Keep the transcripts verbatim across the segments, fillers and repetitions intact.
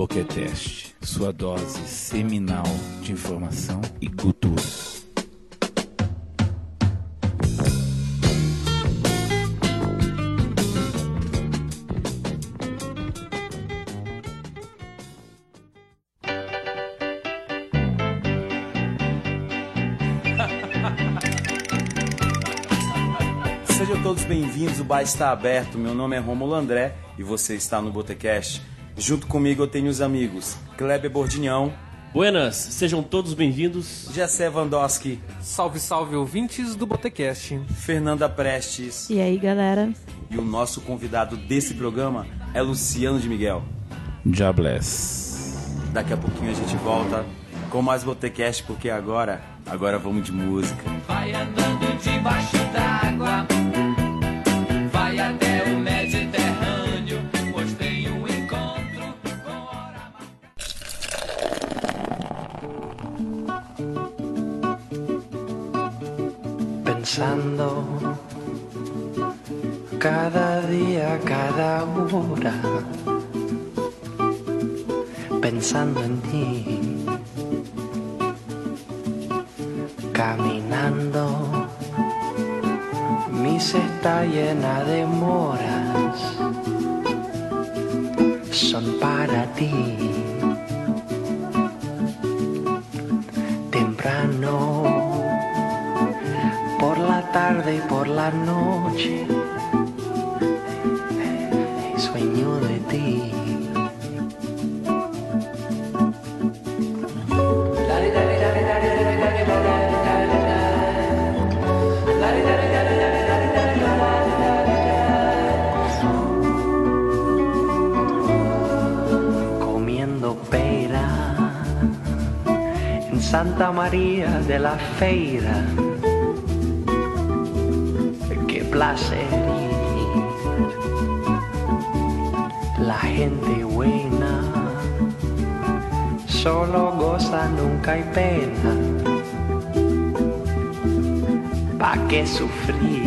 Boquetest, sua dose seminal de informação e cultura. Sejam todos bem-vindos, o bar está aberto. Meu nome é Rômulo André e você está no Botecast. Junto comigo eu tenho os amigos Kleber Bordignon. Buenas, sejam todos bem-vindos. Jessé Vandoski. Salve, salve, ouvintes do Botecast. Fernanda Prestes. E aí, galera? E o nosso convidado desse programa é Luciano de Miguel. God bless. Daqui a pouquinho a gente volta com mais Botecast, porque agora, agora vamos de música. Vai andando debaixo d'água, vai até o Mediterrâneo, pois tem um encontro com hora. Pensando cada día, cada hora, pensando en ti, caminando, mi cesta llena de moras, son para ti. Temprano, por la tarde y por la noche, sueño de ti. Comiendo pera en Santa María de la Feira. Qué placer. La gente buena solo goza, nunca hay pena. ¿Pa' qué sufrir?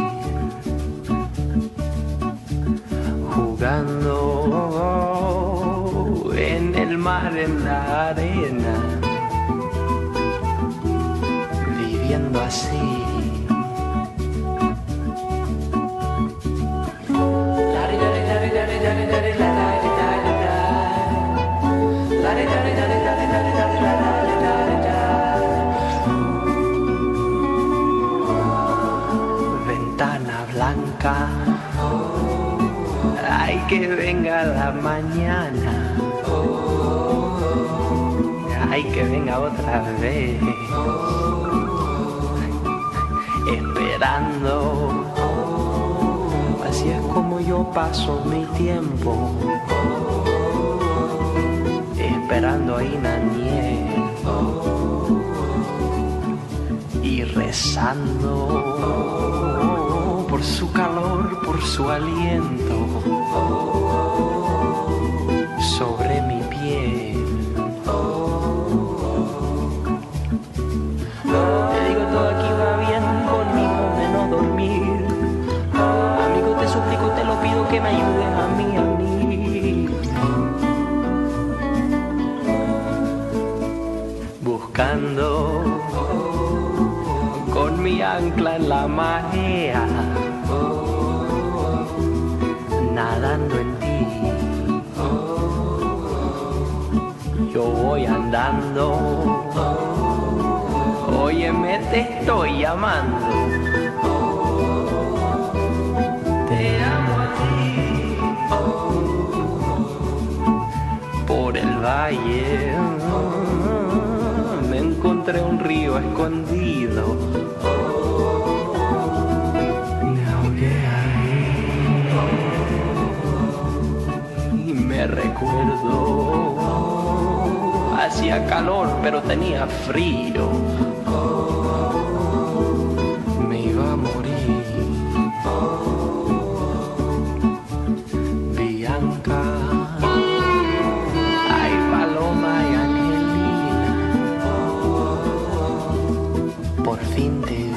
Jugando en el mar, en la arena, viviendo así. Ventana blanca, ay, que venga la mañana, ay, que venga otra vez, esperando. Así es como yo paso mi tiempo, esperando a Inaniel y rezando por su calor, por su aliento sobre mi piel. Te digo, todo aquí va bien conmigo de no dormir. Amigo, te suplico, te lo pido que me ayudes a mí, a mí. Buscando con mi ancla en la marea, nadando en ti. Yo voy andando, óyeme, te estoy llamando. Te amo a ti. Por el valle me encontré un río escondido. Me ahogué ahí y me recuerdo. Hacía calor pero tenía frío. Me iba a morir. Bianca, ay, Paloma y Angelina, por fin te vi.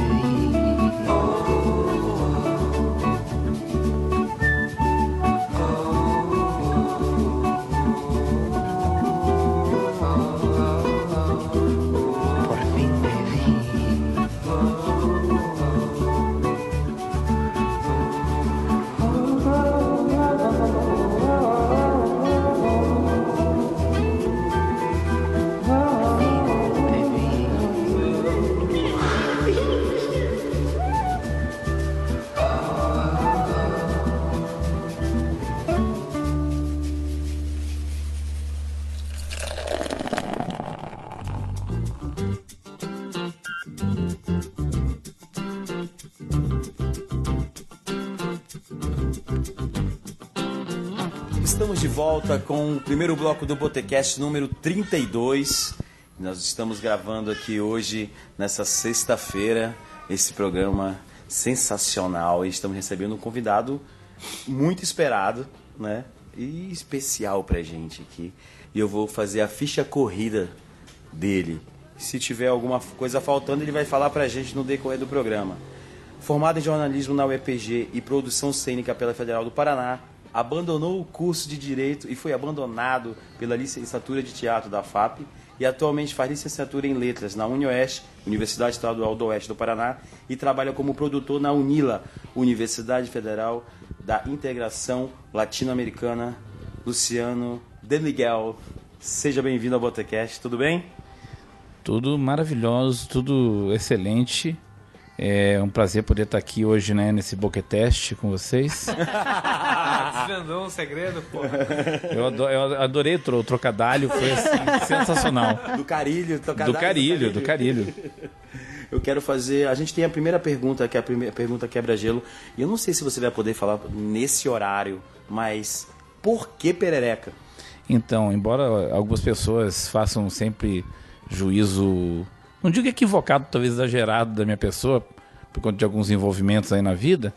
Estamos de volta com o primeiro bloco do Botecast número trinta e dois. Nós estamos gravando aqui hoje, nessa sexta-feira, esse programa sensacional. E estamos recebendo um convidado muito esperado, né? E especial pra gente aqui. E eu vou fazer a ficha corrida dele. Se tiver alguma coisa faltando, ele vai falar pra gente no decorrer do programa. Formado em jornalismo na U E P G e produção cênica pela Federal do Paraná, abandonou o curso de Direito e foi abandonado pela licenciatura de Teatro da F A P e atualmente faz licenciatura em Letras na UniOeste, Universidade Estadual do Oeste do Paraná, e trabalha como produtor na UNILA, Universidade Federal da Integração Latino-Americana. Luciano De Miguel, seja bem-vindo ao Botecast, tudo bem? Tudo maravilhoso, tudo excelente. É um prazer poder estar aqui hoje, né, nesse Botecast com vocês. Desvendou um segredo, pô. Eu adorei, eu adorei o trocadilho, foi assim, sensacional. Do carilho, trocadilho, do carilho, do carilho. Eu quero fazer... A gente tem a primeira pergunta, que é a primeira pergunta quebra-gelo. E eu não sei se você vai poder falar nesse horário, mas por que perereca? Então, embora algumas pessoas façam sempre juízo... Não digo equivocado, talvez exagerado da minha pessoa, por conta de alguns envolvimentos aí na vida.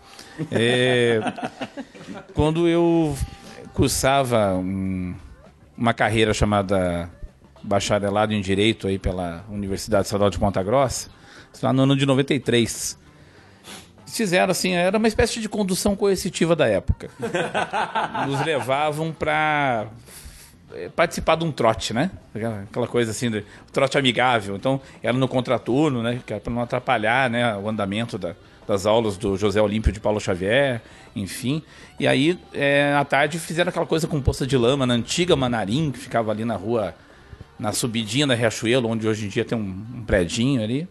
É, quando eu cursava um, uma carreira chamada bacharelado em Direito aí pela Universidade Estadual de Ponta Grossa, lá no ano de noventa e três, fizeram assim, era uma espécie de condução coercitiva da época. Nos levavam para participar de um trote, né? Aquela coisa assim, de trote amigável. Então, era no contraturno, né? Que era para não atrapalhar, né, o andamento da, das aulas do José Olímpio de Paulo Xavier, enfim. E aí, é, à tarde, fizeram aquela coisa com poça de lama na antiga Manarim, que ficava ali na rua, na subidinha da Riachuelo, onde hoje em dia tem um, um predinho ali.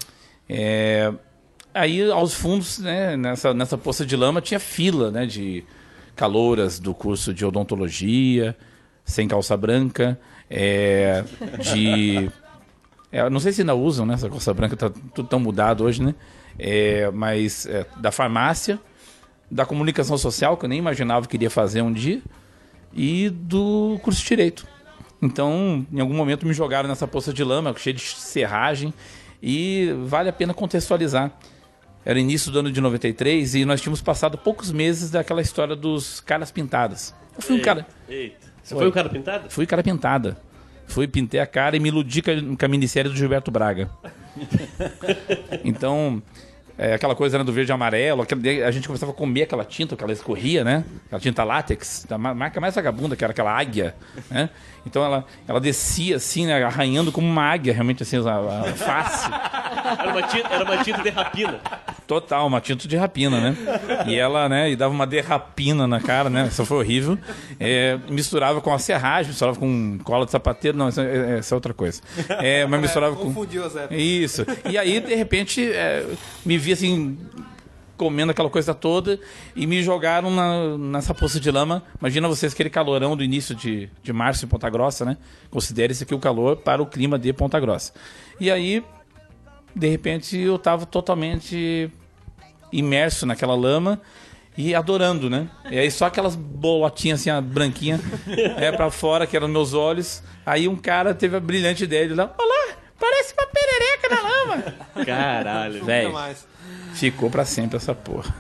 É, aí, aos fundos, né, nessa, nessa poça de lama, tinha fila, né, de calouras do curso de odontologia, sem calça branca, é, de... É, não sei se ainda usam, né? Essa calça branca, tá tudo tão mudado hoje, né? É, mas é, da farmácia, da comunicação social, que eu nem imaginava que iria fazer um dia, e do curso de Direito. Então, em algum momento me jogaram nessa poça de lama, cheia de serragem, e vale a pena contextualizar. Era início do ano de noventa e três e nós tínhamos passado poucos meses daquela história dos caras pintadas. Eu fui um cara... Eita. Você foi o cara pintada? Fui cara pintada. Fui, pintei a cara e me iludi com a minissérie do Gilberto Braga. Então, é, aquela coisa, né, do verde e amarelo, aquele, a gente começava a comer aquela tinta, que ela escorria, né? Aquela tinta látex, da marca mais vagabunda, que era aquela águia, né? Então ela, ela descia assim, né, arranhando como uma águia, realmente assim, a, a face. Era uma, tinta, era uma tinta de rapina. Total, uma tinta de rapina, né? E ela, né, e dava uma derrapina na cara, né? Isso foi horrível. É, misturava com a serragem, misturava com cola de sapateiro, não, essa, essa é outra coisa. É, mas misturava é, com... Confundiu, Zé. Isso. E aí, de repente, é, me vi assim, comendo aquela coisa toda e me jogaram na, nessa poça de lama. Imagina vocês aquele calorão do início de, de março em Ponta Grossa, né? Considere esse aqui o calor para o clima de Ponta Grossa. E aí, de repente, eu estava totalmente imerso naquela lama e adorando, né? E aí só aquelas bolotinhas assim, a branquinha, é, pra fora, que eram meus olhos. Aí um cara teve a brilhante ideia de lá, olá, parece uma perereca na lama. Caralho, velho. Ficou pra sempre essa porra.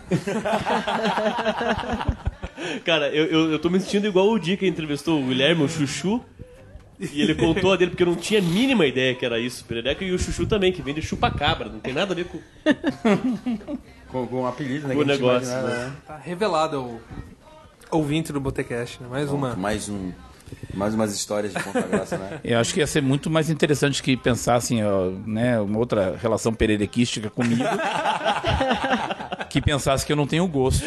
Cara, eu, eu, eu tô me sentindo igual o dia que entrevistou o Guilherme, o Chuchu. E ele contou a dele, porque eu não tinha a mínima ideia que era isso, perereca, e o Chuchu também, que vem de chupa-cabra, não tem nada a ver com... com, com um apelido, né? Com o negócio, imagina, né? Tá revelado o ouvinte do Botecast, né? Mais uma... Mais um... Mais umas histórias de Ponta Grossa, né? Eu acho que ia ser muito mais interessante que pensassem, ó, né, uma outra relação pererequística comigo, que pensasse que eu não tenho gosto.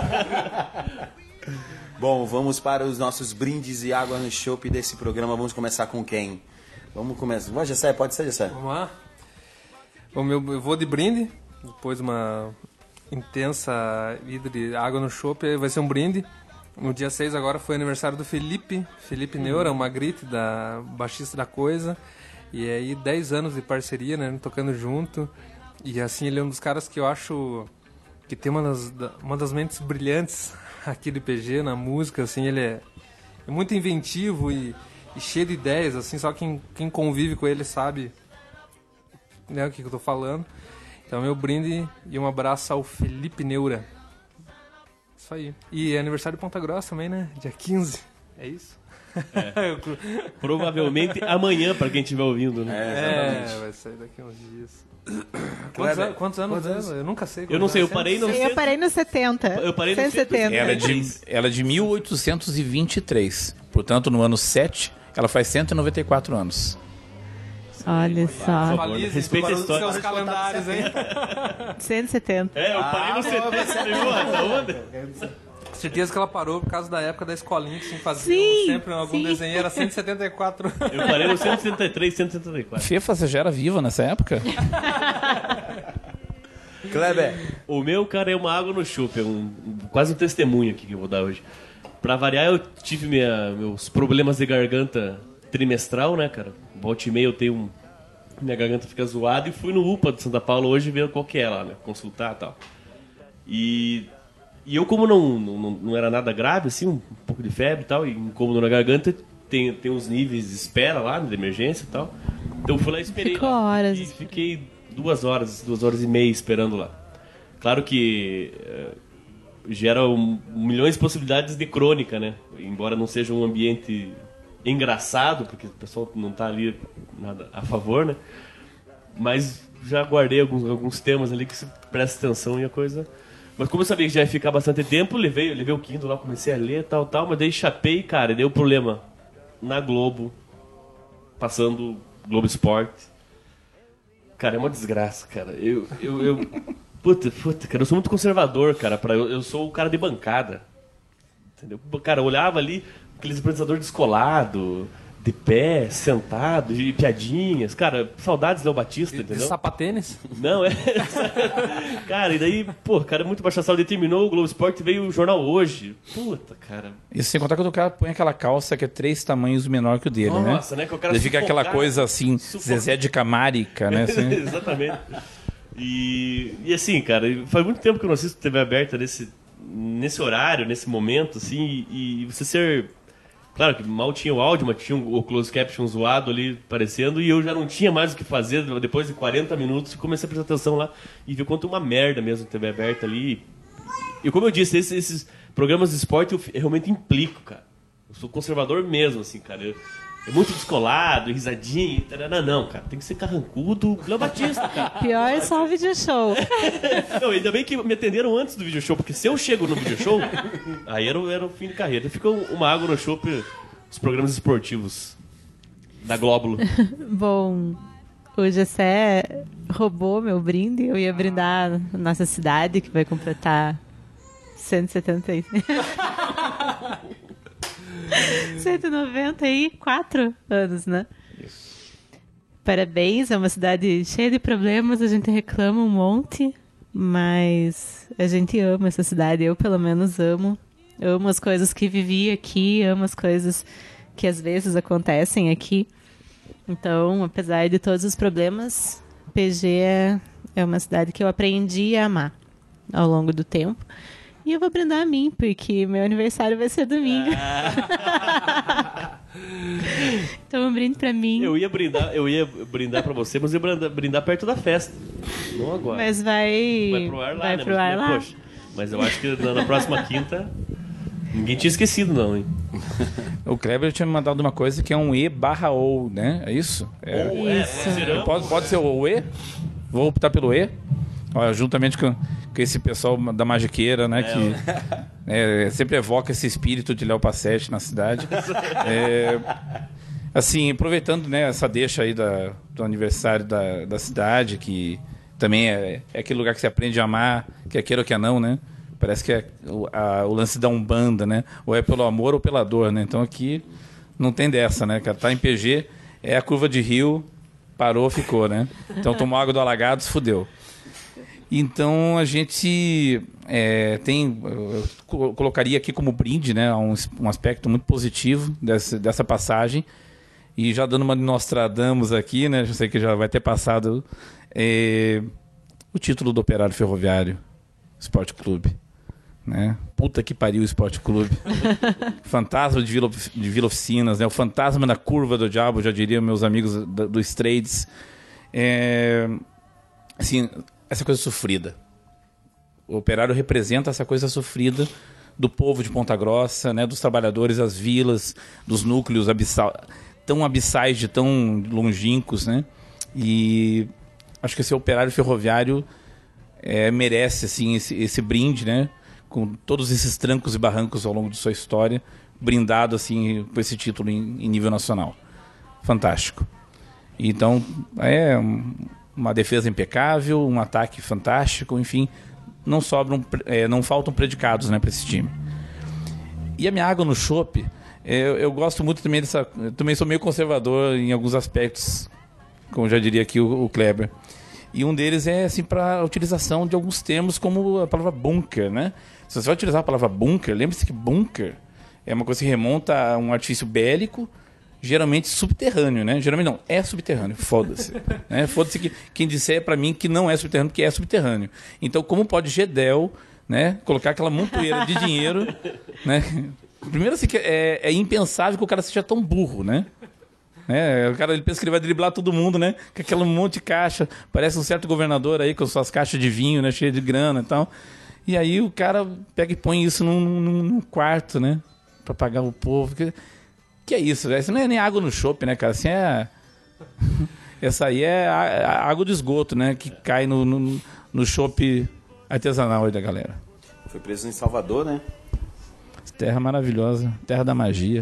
Bom, vamos para os nossos brindes e água no chopp desse programa. Vamos começar com quem? Vamos começar. Vai, Gessé, pode ser, Gessé. Vamos lá. O meu, eu vou de brinde, depois uma intensa ida de água no chopp, vai ser um brinde. No dia seis agora foi aniversário do Felipe, Felipe Neura, uma grite da baixista da Coisa. E aí dez anos de parceria, né, tocando junto. E assim, ele é um dos caras que eu acho que tem uma das, uma das mentes brilhantes aqui do I P G, na música, assim, ele é é muito inventivo e, e cheio de ideias, assim, só quem, quem convive com ele sabe, né, o que, que eu tô falando. Então, meu brinde e um abraço ao Felipe Neura. Isso aí. E é aniversário de Ponta Grossa também, né? Dia quinze. É isso? É. Provavelmente amanhã, pra quem estiver ouvindo, né? É, É, vai sair daqui uns dias. Quantos, Kleber, an- quantos anos quantos anos? é? Eu nunca sei. Eu não sei, eu parei no... Eu parei no setenta. Eu parei no cento e setenta. Ela é de, ela é de mil oitocentos e vinte e três. Portanto, no ano sete, ela faz cento e noventa e quatro anos. Olha só. Atualizem, Respeita a tubarão dos história. seus calendários, hein? cento e setenta. É, eu parei no setenta. Tá onda? Certeza que ela parou por causa da época da escolinha, que se fazia Sim, sempre algum sim. desenho, era cento e setenta e quatro. Eu parei no cento e setenta e três, cento e setenta e quatro. Fefa, você já era viva nessa época? Kleber, O meu, cara, é uma água no chope. É um, quase um testemunho aqui que eu vou dar hoje. Pra variar, eu tive minha, meus problemas de garganta trimestral, né, cara? Volta e meia eu tenho um... Minha garganta fica zoada e fui no U P A de Santa Paula hoje ver qual que é lá, né? Consultar e tal. E... E eu, como não, não, não era nada grave, assim, um pouco de febre e tal, e incômodo na garganta, tem, tem uns níveis de espera lá, de emergência e tal. Então eu fui lá e esperei. Ficou lá. horas E esperando. fiquei duas horas, duas horas e meia esperando lá. Claro que eh, gera um, milhões de possibilidades de crônica, né? Embora não seja um ambiente engraçado, porque o pessoal não tá ali nada a favor, né? Mas já guardei alguns, alguns temas ali que se presta atenção e a coisa... Mas como eu sabia que já ia ficar bastante tempo, levei, levei o Kindle lá, comecei a ler, tal, tal, mas daí chapei, cara, e deu problema na Globo, passando Globo Esporte. Cara, é uma desgraça, cara. Eu, eu, eu puta, puta, cara, eu sou muito conservador, cara, pra, eu, eu sou o cara de bancada, entendeu? Cara, eu olhava ali, aqueles apresentadores descolado, de pé, sentado, de piadinhas, cara, saudades do Batista, De entendeu? sapatênis? Não, é. Cara, e daí, pô, cara, muito baixa sala. Terminou o Globo Esporte e veio o Jornal Hoje. Puta, cara. Isso sem contar que o cara põe aquela calça que é três tamanhos menor que o dele, né? Nossa, né? Que o cara Daí fica sufocar- aquela coisa assim, sufocar. Zezé de Camarica, né? Assim. Exatamente. E, e assim, cara, faz muito tempo que eu não assisto T V aberta nesse, nesse horário, nesse momento, assim, e, e você ser. Claro que mal tinha o áudio, mas tinha o close caption zoado ali aparecendo, e eu já não tinha mais o que fazer depois de quarenta minutos, comecei a prestar atenção lá e vi quanto uma merda mesmo T V aberta ali. E como eu disse, esses, esses programas de esporte eu, eu realmente implico, cara. Eu sou conservador mesmo, assim, cara. Eu, é muito descolado, risadinho, tarana, não, cara. Tem que ser carrancudo, Léo Batista, cara. Pior é só o video show. Não, ainda bem que me atenderam antes do video show, porque se eu chego no video show, aí era, o- era o fim de carreira. Fica uma água no chope, os programas esportivos da Glóbulo. Bom, o Gessé roubou meu brinde. Eu ia brindar a nossa cidade, que vai completar cento e setenta e... cento e noventa e quatro anos, né? Parabéns, é uma cidade cheia de problemas, a gente reclama um monte, mas a gente ama essa cidade, eu pelo menos amo. Amo as coisas que vivi aqui, amo as coisas que às vezes acontecem aqui. Então, apesar de todos os problemas, P G é, é uma cidade que eu aprendi a amar ao longo do tempo. E eu vou brindar a mim, porque meu aniversário vai ser domingo. Então, um brinde pra mim. Eu ia brindar, eu ia brindar pra você, mas eu ia brindar, brindar perto da festa. Não agora. Mas vai... Vai pro ar lá, vai né? pro mas, ar lá. Poxa, mas eu acho que na, na próxima quinta ninguém tinha esquecido, não, hein? O Kleber tinha me mandado uma coisa que é um E barra ou, né? É isso? É, Ou é, Isso. pode ser ambos. pode, pode ser o E? Vou optar pelo E. Olha, juntamente com, com esse pessoal da Magiqueira, né? Que é, sempre evoca esse espírito de Léo Passetti na cidade. É, assim, aproveitando, né, essa deixa aí da, do aniversário da, da cidade, que também é, é aquele lugar que você aprende a amar, quer queira ou quer não, né? Parece que é o, a, o lance da Umbanda, né? Ou é pelo amor ou pela dor, né? Então aqui não tem dessa, né, cara? Tá em P G, é a curva de rio, parou, ficou, né? Então tomou água do Alagados, fudeu. Então a gente é, tem, eu co- colocaria aqui como brinde, né, um, um aspecto muito positivo dessa, dessa passagem. E já dando uma de Nostradamus aqui, né, já sei que já vai ter passado é, o título do Operário Ferroviário Esporte Clube, né? Puta que pariu o Esporte Clube. Fantasma de Vila, de Vila Oficinas, né? O fantasma na curva do diabo, já diriam meus amigos do, do Straits. É, assim, essa coisa sofrida. O Operário representa essa coisa sofrida do povo de Ponta Grossa, né? Dos trabalhadores das vilas, dos núcleos abissal, tão abissais, de tão longínquos, né? E acho que esse Operário Ferroviário é, merece assim, esse, esse brinde, né? Com todos esses trancos e barrancos ao longo de sua história, brindado assim por esse título em, em nível nacional. Fantástico. Então, é uma defesa impecável, um ataque fantástico, enfim, não sobram, é, não faltam predicados, né, para esse time. E a minha água no chopp, é, eu, eu gosto muito também dessa, eu também sou meio conservador em alguns aspectos, como já diria aqui o, o Kleber. E um deles é assim para a utilização de alguns termos como a palavra bunker, né? Se você vai utilizar a palavra bunker, lembre-se que bunker é uma coisa que remonta a um artifício bélico, geralmente subterrâneo, né? Geralmente não, é subterrâneo, foda-se. Né? Foda-se que quem disser para mim que não é subterrâneo, porque é subterrâneo. Então, como pode Gedel, né, colocar aquela montoeira de dinheiro, né? Primeiro, assim, que é, é impensável que o cara seja tão burro, né? É, o cara ele pensa que ele vai driblar todo mundo, né? Com aquele monte de caixa. Parece um certo governador aí com suas caixas de vinho, né? Cheio de grana e tal. E aí o cara pega e põe isso num, num, num quarto, né? Pra pagar o povo. Que, que é isso, velho? Isso não é nem água no chopp, né, cara? Assim é... Essa aí é a, a água do esgoto, né? Que cai no, no, no chopp artesanal aí da galera. Foi preso em Salvador, né? Terra maravilhosa. Terra da magia.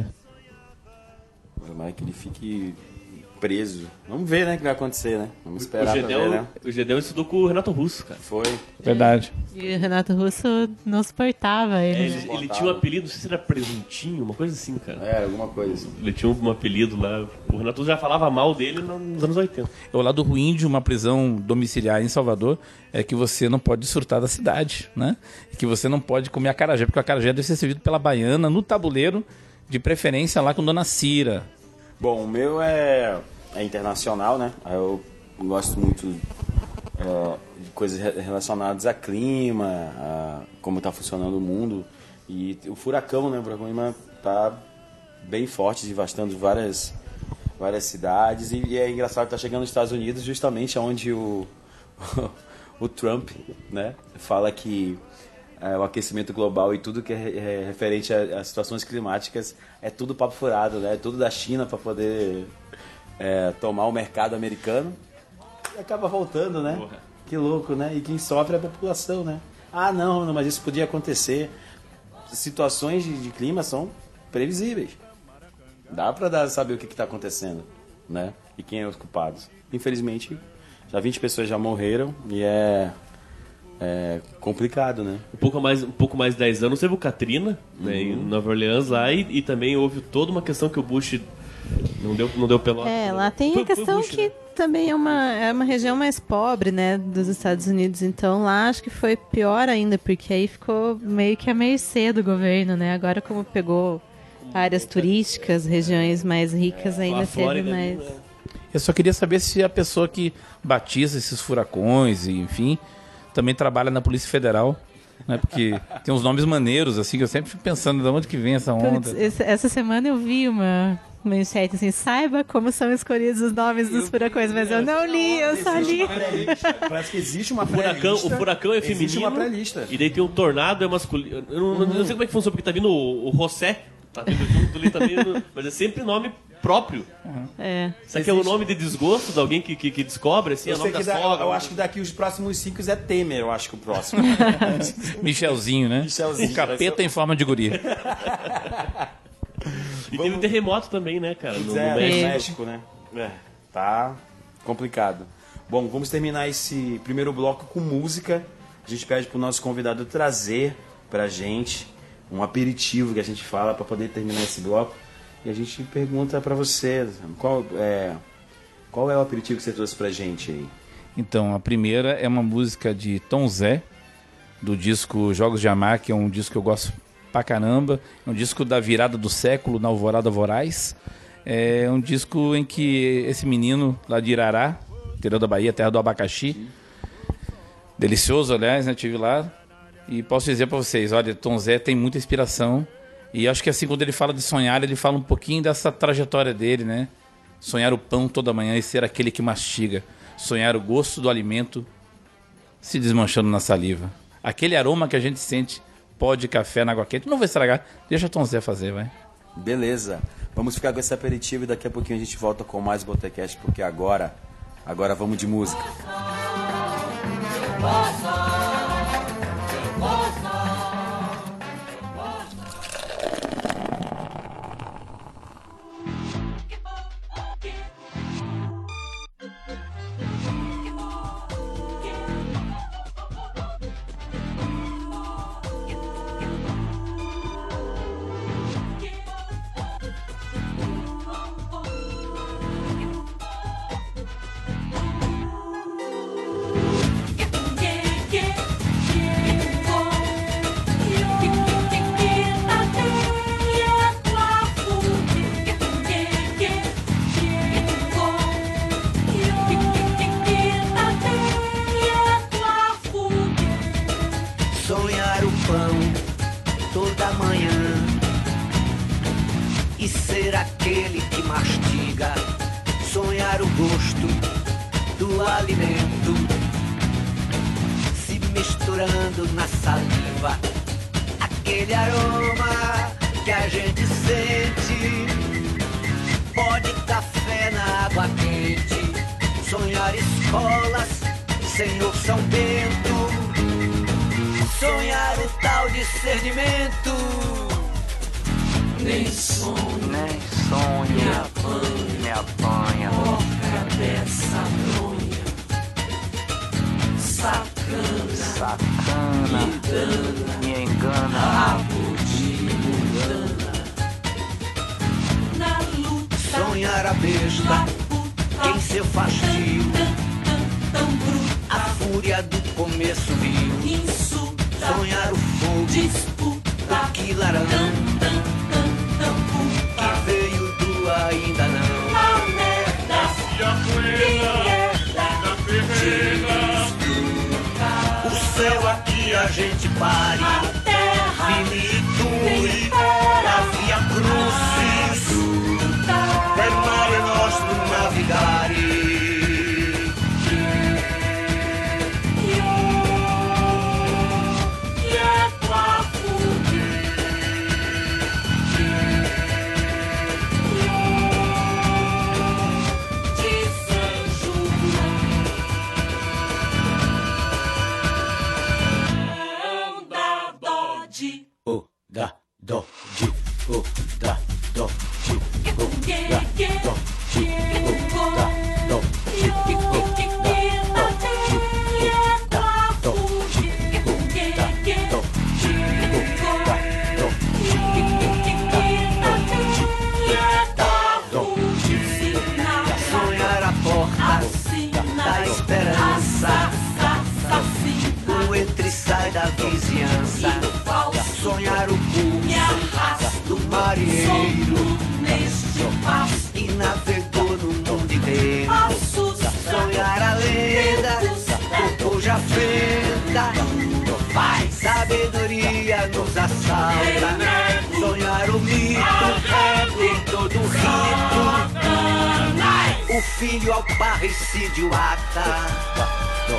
Tomara que ele fique preso. Vamos ver, né, o que vai acontecer, né? Vamos esperar o Gedel, pra ver, né? O Gedel estudou com o Renato Russo, cara. Foi. Verdade. E o Renato Russo não suportava É, ele. ele, ele tinha um apelido, não sei se era Presuntinho, uma coisa assim, cara. É, alguma coisa assim. Ele tinha um apelido lá. O Renato Russo já falava mal dele nos anos oitenta. O lado ruim de uma prisão domiciliar em Salvador é que você não pode desfrutar da cidade, né? Que você não pode comer acarajé, porque o acarajé deve ser servido pela baiana no tabuleiro, de preferência lá com Dona Cira. Bom, o meu é, é internacional, né? Eu gosto muito é, de coisas relacionadas a clima, a como está funcionando o mundo. E o furacão, né? O furacão Irma tá bem forte, devastando várias, várias cidades. E, e é engraçado que tá chegando nos Estados Unidos, justamente onde o, o Trump, né, fala que é, o aquecimento global e tudo que é, é referente a, a situações climáticas é tudo papo furado, né? É tudo da China para poder é, tomar o mercado americano e acaba voltando, né? Porra. Que louco, né? E quem sofre é a população, né? Ah, não, não, mas isso podia acontecer. Situações de, de clima são previsíveis. Dá para dar, saber o que está acontecendo, né? E quem é os culpados. Infelizmente, já vinte pessoas já morreram e é... É complicado, né? Um pouco mais, um pouco mais de dez anos teve o Katrina, né, uhum. em Nova Orleans lá, e, e também houve toda uma questão que o Bush não deu, não deu pelota. É, lá tem foi, a questão Bush, que né? também é uma, é uma região mais pobre, né, dos Estados Unidos, então lá acho que foi pior ainda, porque aí ficou meio que à mercê do governo, né? Agora como pegou áreas turísticas, regiões mais ricas, ainda teve mais... Né? Eu só queria saber se a pessoa que batiza esses furacões e enfim... também trabalha na Polícia Federal, né? Porque tem uns nomes maneiros, assim, que eu sempre fico pensando de onde que vem essa onda. Puts, esse, essa semana eu vi uma manchete assim, saiba como são escolhidos os nomes dos furacões, mas eu não li, eu só li. Parece que existe uma o furacão, pré-lista. O furacão é feminino, uma pré-lista. E daí tem o tornado é masculino. Eu não, uhum. não sei como é que funciona, porque tá vindo o, o José, tá vindo junto ali também, mas é sempre nome próprio. Uhum. É. Isso aqui é o nome de desgosto de alguém que, que, que descobre, assim, eu é o nome da dá, sogra. Eu acho que daqui os próximos cinco é Temer, eu acho que o próximo. Michelzinho, né? Michelzinho. O capeta em forma de guria. E Vamos... teve um terremoto também, né, cara? No, é, no México. no México, né? É, tá complicado. Bom, vamos terminar esse primeiro bloco com música. A gente pede pro nosso convidado trazer pra gente um aperitivo que a gente fala para poder terminar esse bloco. E a gente pergunta para você, qual é, qual é o aperitivo que você trouxe pra gente aí? Então, a primeira é uma música de Tom Zé, do disco Jogos de Amar, que é um disco que eu gosto pra caramba. É um disco da virada do século, na Alvorada Voraz. É um disco em que esse menino lá de Irará, interior da Bahia, terra do abacaxi, delicioso, aliás, né? Tive lá. E posso dizer para vocês, olha, Tom Zé tem muita inspiração. E acho que assim, quando ele fala de sonhar, ele fala um pouquinho dessa trajetória dele, né? Sonhar o pão toda manhã e ser aquele que mastiga. Sonhar o gosto do alimento se desmanchando na saliva. Aquele aroma que a gente sente, pó de café na água quente. Não vou estragar, deixa Tom Zé fazer, vai. Beleza. Vamos ficar com esse aperitivo e daqui a pouquinho a gente volta com mais Botecast, porque agora, agora vamos de música. Sonhar o pão toda manhã e ser aquele que mastiga. Sonhar o gosto do alimento se misturando na saliva. Aquele aroma que a gente sente. Pó de café na água quente. Sonhar escolas, Senhor São Bento. Sonhar o tal discernimento. Nem sonho, Nem sonho, me apanha, me apanha. porca dessa bronha. Sacana, Sacana, me dana, me engana. rabo de mundana. Na luta, Sonhar a besta, na puta, quem seu fastio. tão, tão bruta, A fúria do começo vil. insulta, Sonhar o fogo, disputa, o quilarão. tão, tão, tão, tão puta. Que veio do ainda não. Na merda, O céu aqui a gente pare. a terra, Finitude da via crucis. Per mare nostrum navigare. O, da, do, di, o, da, do, di, o, da, do, di, o, da, do, di, o, da, do, di, o, da, do, di, o, da, do, di, o, da, do, di, o, da, do, di. Sonhar a porta da esperança. O entra e sai da vizinhança. Sonhar o curso do marinheiro que navegou no mundo inteiro. Sonhar a lenda cuja afrenta. Sabedoria nos assalta. Sonhar o mito em todo rito. O filho ao parricídio ata.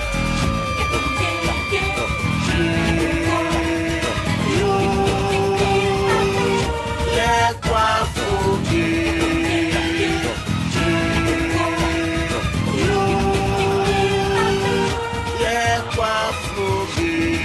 Égua fogueira, égua fogueira.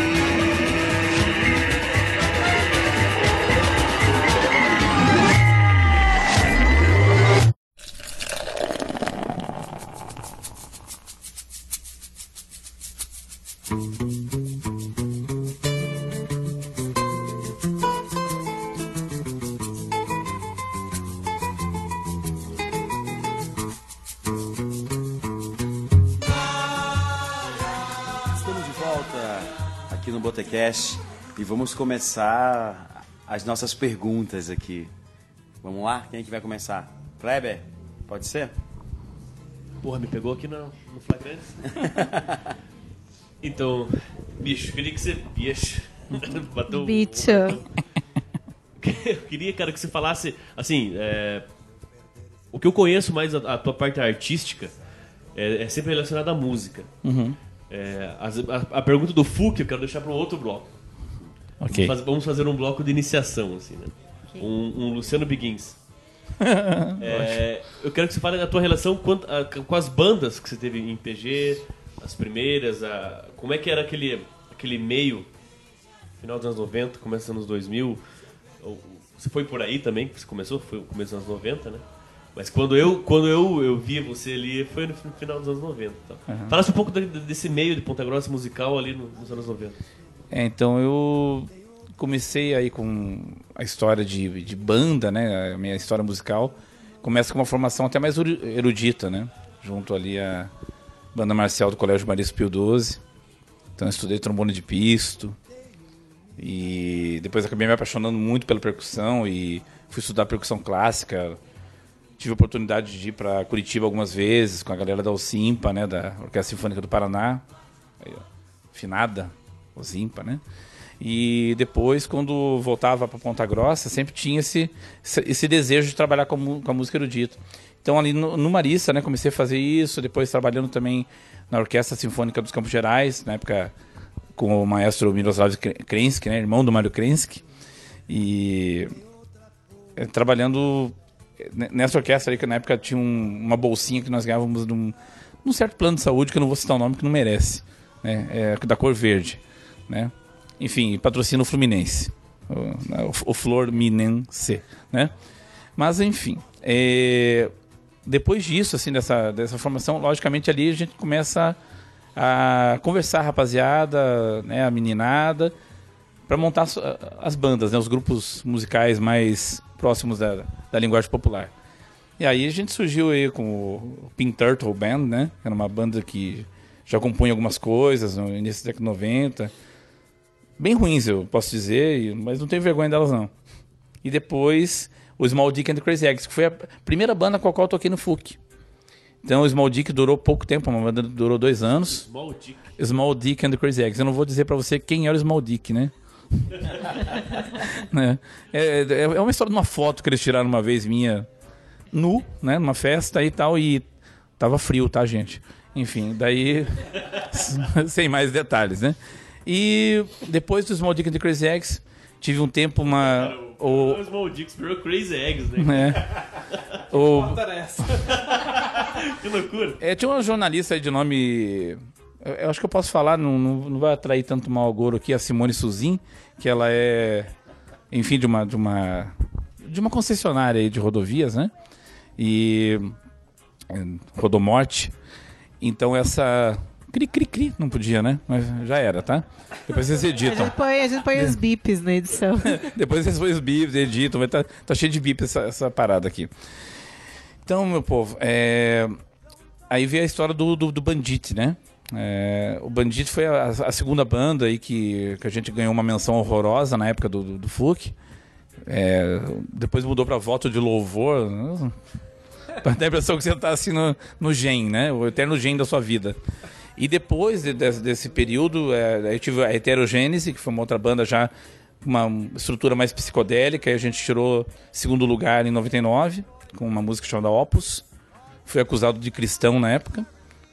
Aqui no Botecast e vamos começar as nossas perguntas aqui. Vamos lá? Quem é que vai começar? Kleber, pode ser? Porra, me pegou aqui no, no flagrante. Então, Bicho, queria que você... Bicho. Bateu... Bicho. Eu queria, cara, que você falasse, assim, é... o que eu conheço mais a, a tua parte artística é, é sempre relacionada à música. Uhum. É, as, a, a pergunta do F U C eu quero deixar para um outro bloco. Ok. Vamos, faz, vamos fazer um bloco de iniciação, assim, né? Um, um Luciano Biguins. é, eu quero que você fale da tua relação com, a, com as bandas que você teve em P G, as primeiras, a, como é que era aquele, aquele meio, final dos anos noventa, começo dos anos dois mil. Você foi por aí também, que você começou, foi no começo dos anos noventa, né? Mas quando eu, quando eu, eu vi você ali, foi no final dos anos noventa. Então. Uhum. Falasse um pouco desse meio de Ponta Grossa musical ali nos anos noventa. É, então eu comecei aí com a história de, de banda, né? A minha história musical começa com uma formação até mais erudita, né? Junto ali a banda marcial do Colégio Marista Pio doze. Então eu estudei trombone de pisto. E depois acabei me apaixonando muito pela percussão e fui estudar percussão clássica. Tive a oportunidade de ir para Curitiba algumas vezes com a galera da Osimpa, né, da Orquestra Sinfônica do Paraná, aí, ó, finada Osimpa, né? E depois, quando voltava para Ponta Grossa, sempre tinha esse, esse desejo de trabalhar com, com a música erudita. Então ali no, no Marista, né, comecei a fazer isso, depois trabalhando também na Orquestra Sinfônica dos Campos Gerais, na época com o maestro Miroslav Krensky, né, irmão do Mário Krensky, e é, trabalhando nessa orquestra aí, que na época tinha um, uma bolsinha que nós ganhávamos num, num certo plano de saúde, que eu não vou citar o nome, que não merece, né, é, da cor verde, né, enfim, patrocina o Fluminense, o, o, o Flor Minense, né, mas enfim, é, depois disso, assim, dessa, dessa formação, logicamente ali a gente começa a conversar, rapaziada, né, a meninada, para montar as, as bandas, né, os grupos musicais mais próximos da, da linguagem popular. E aí a gente surgiu aí com o Pink Turtle Band, né, que era uma banda que já compunha algumas coisas no início da década de noventa, bem ruins, eu posso dizer, mas não tenho vergonha delas não. E depois o Small Dick and the Crazy Eggs, que foi a primeira banda com a qual eu toquei no F U C. Então o Small Dick durou pouco tempo, uma banda durou dois anos. Small Dick. Small Dick and the Crazy Eggs. Eu não vou dizer pra você quem era o Small Dick, né? é, é, é uma história de uma foto que eles tiraram uma vez minha nu, né? Numa festa e tal, e tava frio, tá, gente? Enfim, daí sem mais detalhes, né? E depois do Small Dick and the Crazy Eggs, tive um tempo uma... Cara, o, o Small Dicks virou Crazy Eggs, É. né? O... Que loucura. É, tinha uma jornalista aí de nome... Eu, eu acho que eu posso falar, não, não, não vai atrair tanto mau agouro aqui, a Simone Suzin, que ela é, enfim, de uma, de uma, de uma concessionária aí de rodovias, né? E... É, Rodomorte. Então essa... Cri, cri, cri. Não podia, né? Mas já era, tá? Depois vocês A editam. gente põe, a gente põe os bips na edição. Depois vocês põem os bips, editam. Vai tá, tá cheio de bips essa, essa parada aqui. Então, meu povo, é... aí veio a história do, do, do Bandit, né? É... O Bandit foi a, a segunda banda aí que, que a gente ganhou uma menção horrorosa na época do, do, do F U C. É... Depois mudou pra Voto de Louvor. Dá a impressão que você tá assim no, no gen, né? O eterno gen da sua vida. E depois de, de, desse período, é, eu tive a Heterogênese, que foi uma outra banda já com uma estrutura mais psicodélica, e a gente tirou segundo lugar em noventa e nove, com uma música chamada Opus. Fui acusado de cristão na época.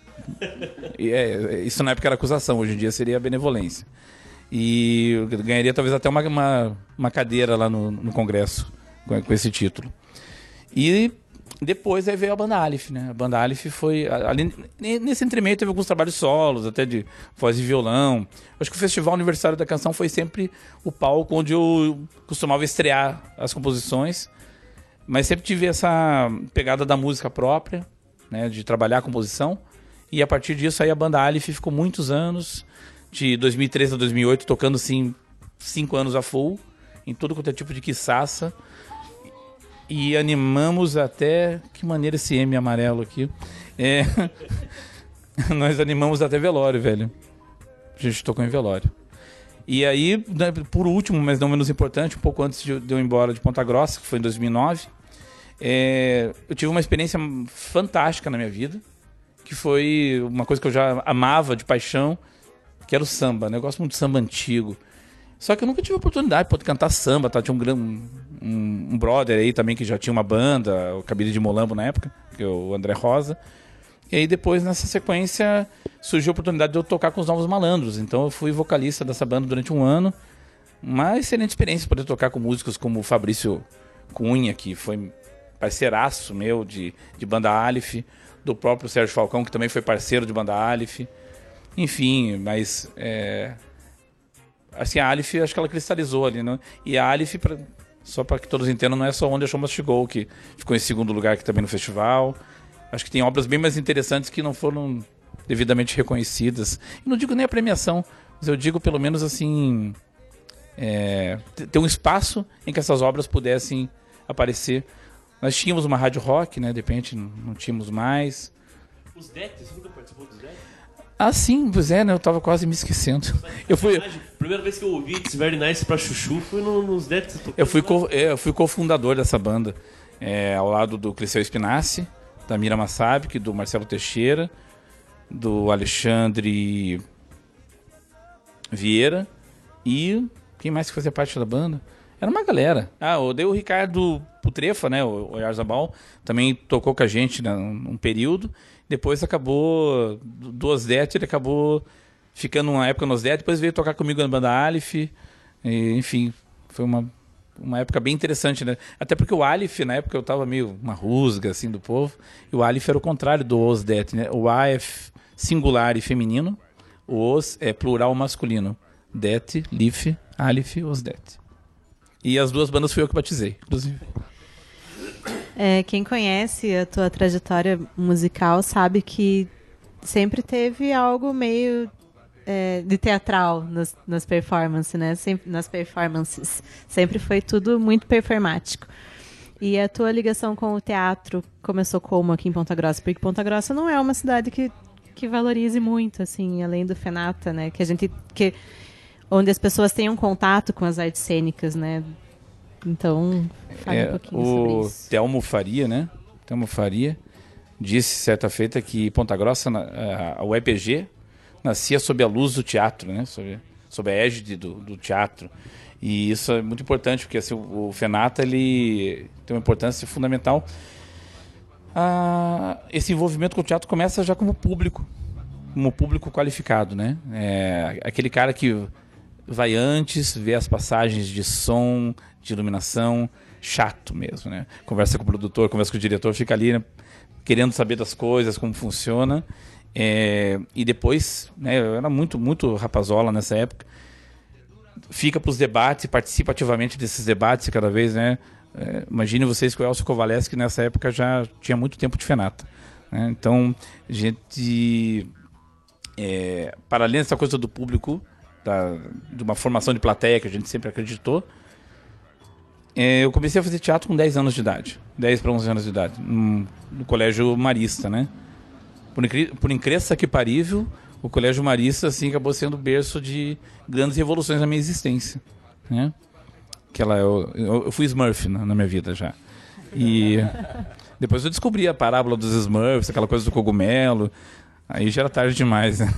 E é, isso na época era acusação, hoje em dia seria benevolência. E eu ganharia talvez até uma, uma, uma cadeira lá no, no Congresso com, com esse título. E... depois aí veio a banda Aleph, né? A banda Aleph foi... Ali, nesse entremeio teve alguns trabalhos solos, até de voz e violão. Acho que o Festival Universitário da Canção foi sempre o palco onde eu costumava estrear as composições. Mas sempre tive essa pegada da música própria, né? De trabalhar a composição. E a partir disso aí a banda Aleph ficou muitos anos, de dois mil e três a dois mil e oito, tocando assim, cinco anos a full, em todo quanto é tipo de quiçaça. E animamos até... Que maneira esse M amarelo aqui. É... Nós animamos até velório, velho. A gente tocou em velório. E aí, por último, mas não menos importante, um pouco antes de eu ir embora de Ponta Grossa, que foi em dois mil e nove, é... eu tive uma experiência fantástica na minha vida, que foi uma coisa que eu já amava de paixão, que era o samba, né? Eu gosto muito de samba antigo. Só que eu nunca tive a oportunidade de poder cantar samba, tá? Tinha um, gran- um, um brother aí também que já tinha uma banda, o Cabide de Molambo na época, que é o André Rosa. E aí depois, nessa sequência, surgiu a oportunidade de eu tocar com os Novos Malandros. Então eu fui vocalista dessa banda durante um ano. Uma excelente experiência poder tocar com músicos como o Fabrício Cunha, que foi parceiraço meu de, de banda Aleph, do próprio Sérgio Falcão, que também foi parceiro de banda Aleph. Enfim, mas... É... Assim, a Aleph, acho que ela cristalizou ali, né? E a Aleph, pra... só para que todos entendam, não é só Onde a Show Must Go, que ficou em segundo lugar aqui também no festival. Acho que tem obras bem mais interessantes que não foram devidamente reconhecidas. E não digo nem a premiação, mas eu digo pelo menos assim... É... ter um espaço em que essas obras pudessem aparecer. Nós tínhamos uma rádio rock, né? De repente não tínhamos mais. Os D E T, você nunca participou dos D E T? Ah, sim, pois é, né? Eu tava quase me esquecendo. Eu fui, Primeira vez que eu ouvi It's Very Nice pra Chuchu foi no, nos D E T. eu fui, co, é, eu fui cofundador dessa banda, é, ao lado do Cliceu Spinassi, da Mira Massabik, do Marcelo Teixeira, do Alexandre Vieira e quem mais que fazia parte da banda? Era uma galera. Ah, eu dei o Ricardo Putrefa, né? O, o Yarzabal, também tocou com a gente, né, um período. Depois acabou, dos D E T, ele acabou ficando uma época nos D E T, depois veio tocar comigo na banda Aleph. E, enfim, foi uma, uma época bem interessante, né? Até porque o Aleph, na época, eu tava meio uma rusga, assim, do povo. E o Aleph era o contrário do Os D E T, né? O A é singular e feminino, o Os é plural masculino. D E T, Lif, Aleph, Os D E T. E as duas bandas fui eu que batizei, inclusive. É, quem conhece a tua trajetória musical sabe que sempre teve algo meio é, de teatral nas, nas performances, né? Sempre, nas performances. Sempre foi tudo muito performático. E a tua ligação com o teatro começou como aqui em Ponta Grossa? Porque Ponta Grossa não é uma cidade que, que valorize muito, assim, além do FENATA, né? Que a gente... Que, onde as pessoas tenham contato com as artes cênicas, né? Então, fala é, um pouquinho sobre o isso. Telmo Faria, né? Telmo Faria disse certa feita que Ponta Grossa, a U E P G, nascia sob a luz do teatro, né? Sob, sob a égide do, do teatro. E isso é muito importante, porque assim, o, o FENATA ele tem uma importância fundamental. Ah, esse envolvimento com o teatro começa já como público, como público qualificado, né? É, aquele cara que vai antes, vê as passagens de som, de iluminação, chato mesmo, né? Conversa com o produtor, conversa com o diretor, fica ali, né, querendo saber das coisas, como funciona. É, e depois, né, eu era muito, muito rapazola nessa época, fica para os debates, participa ativamente desses debates cada vez, né? É, imagine vocês que o Elcio Kovaleski nessa época já tinha muito tempo de FENATA, né? Então, a gente, é, para além dessa coisa do público, da, de uma formação de plateia que a gente sempre acreditou, é, eu comecei a fazer teatro com dez anos de idade, dez para onze anos de idade, no, no Colégio Marista, né? Por, incri, por incrível que parível, o Colégio Marista assim, acabou sendo berço de grandes revoluções na minha existência, né? Que ela, eu, eu, eu fui Smurf na, na minha vida já. E depois eu descobri a parábola dos Smurfs, aquela coisa do cogumelo. Aí já era tarde demais, né?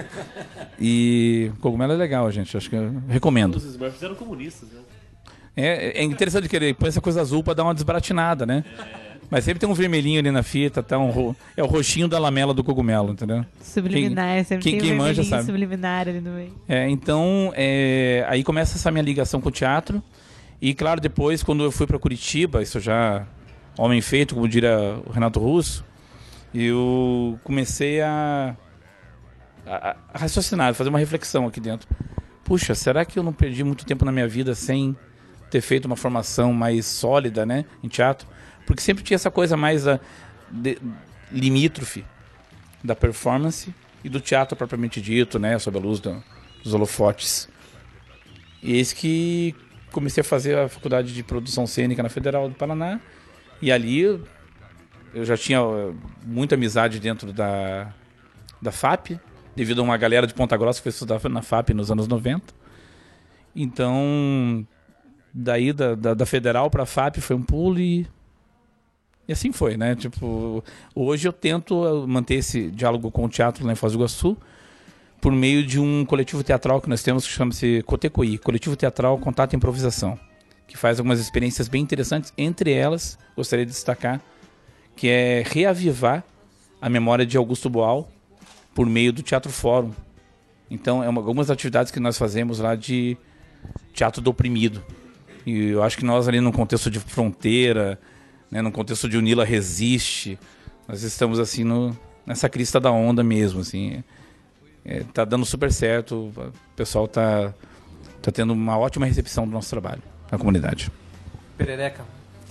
E cogumelo é legal, gente. Acho que eu recomendo. Os Smurfs eram comunistas, né? É, é interessante que ele põe essa coisa azul pra dar uma desbaratinada, né? É. Mas sempre tem um vermelhinho ali na fita, tá um ro... é o roxinho da lamela do cogumelo, entendeu? Subliminar, quem, sempre quem, tem quem um manja sabe. Subliminar ali no meio. É, então, é, aí começa essa minha ligação com o teatro. E claro, depois, quando eu fui para Curitiba, isso já homem feito, como diria o Renato Russo, eu comecei a, a, a raciocinar, fazer uma reflexão aqui dentro. Puxa, será que eu não perdi muito tempo na minha vida sem ter feito uma formação mais sólida, né, em teatro? Porque sempre tinha essa coisa mais a, de, limítrofe da performance e do teatro propriamente dito, né, sob a luz do, dos holofotes. E eis que comecei a fazer a faculdade de produção cênica na Federal do Paraná, e ali eu já tinha muita amizade dentro da, da F A P, devido a uma galera de Ponta Grossa que foi estudar na F A P nos anos noventa. Então, daí da, da, da Federal para a F A P foi um pulo e, e assim foi, né? Tipo, hoje eu tento manter esse diálogo com o teatro lá em Foz do Iguaçu, por meio de um coletivo teatral que nós temos que chama-se Cotecoí, Coletivo Teatral Contato e Improvisação, que faz algumas experiências bem interessantes. Entre elas, gostaria de destacar, que é reavivar a memória de Augusto Boal por meio do Teatro Fórum. Então, é uma, algumas atividades que nós fazemos lá de teatro do oprimido. E eu acho que nós ali num contexto de fronteira, né, num contexto de Unila Resiste, nós estamos assim no, nessa crista da onda mesmo, assim. É, tá dando super certo, o pessoal tá, tá tendo uma ótima recepção do nosso trabalho na comunidade. Perereca.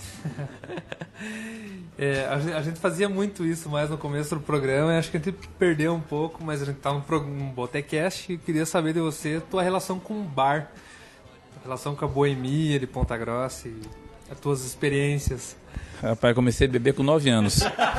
É, a, gente, a gente fazia muito isso mais no começo do programa e acho que a gente perdeu um pouco, mas a gente tá num, num Botecast e queria saber de você tua relação com o bar, a relação com a boemia de Ponta Grossa e as tuas experiências. Rapaz, comecei a beber com nove anos.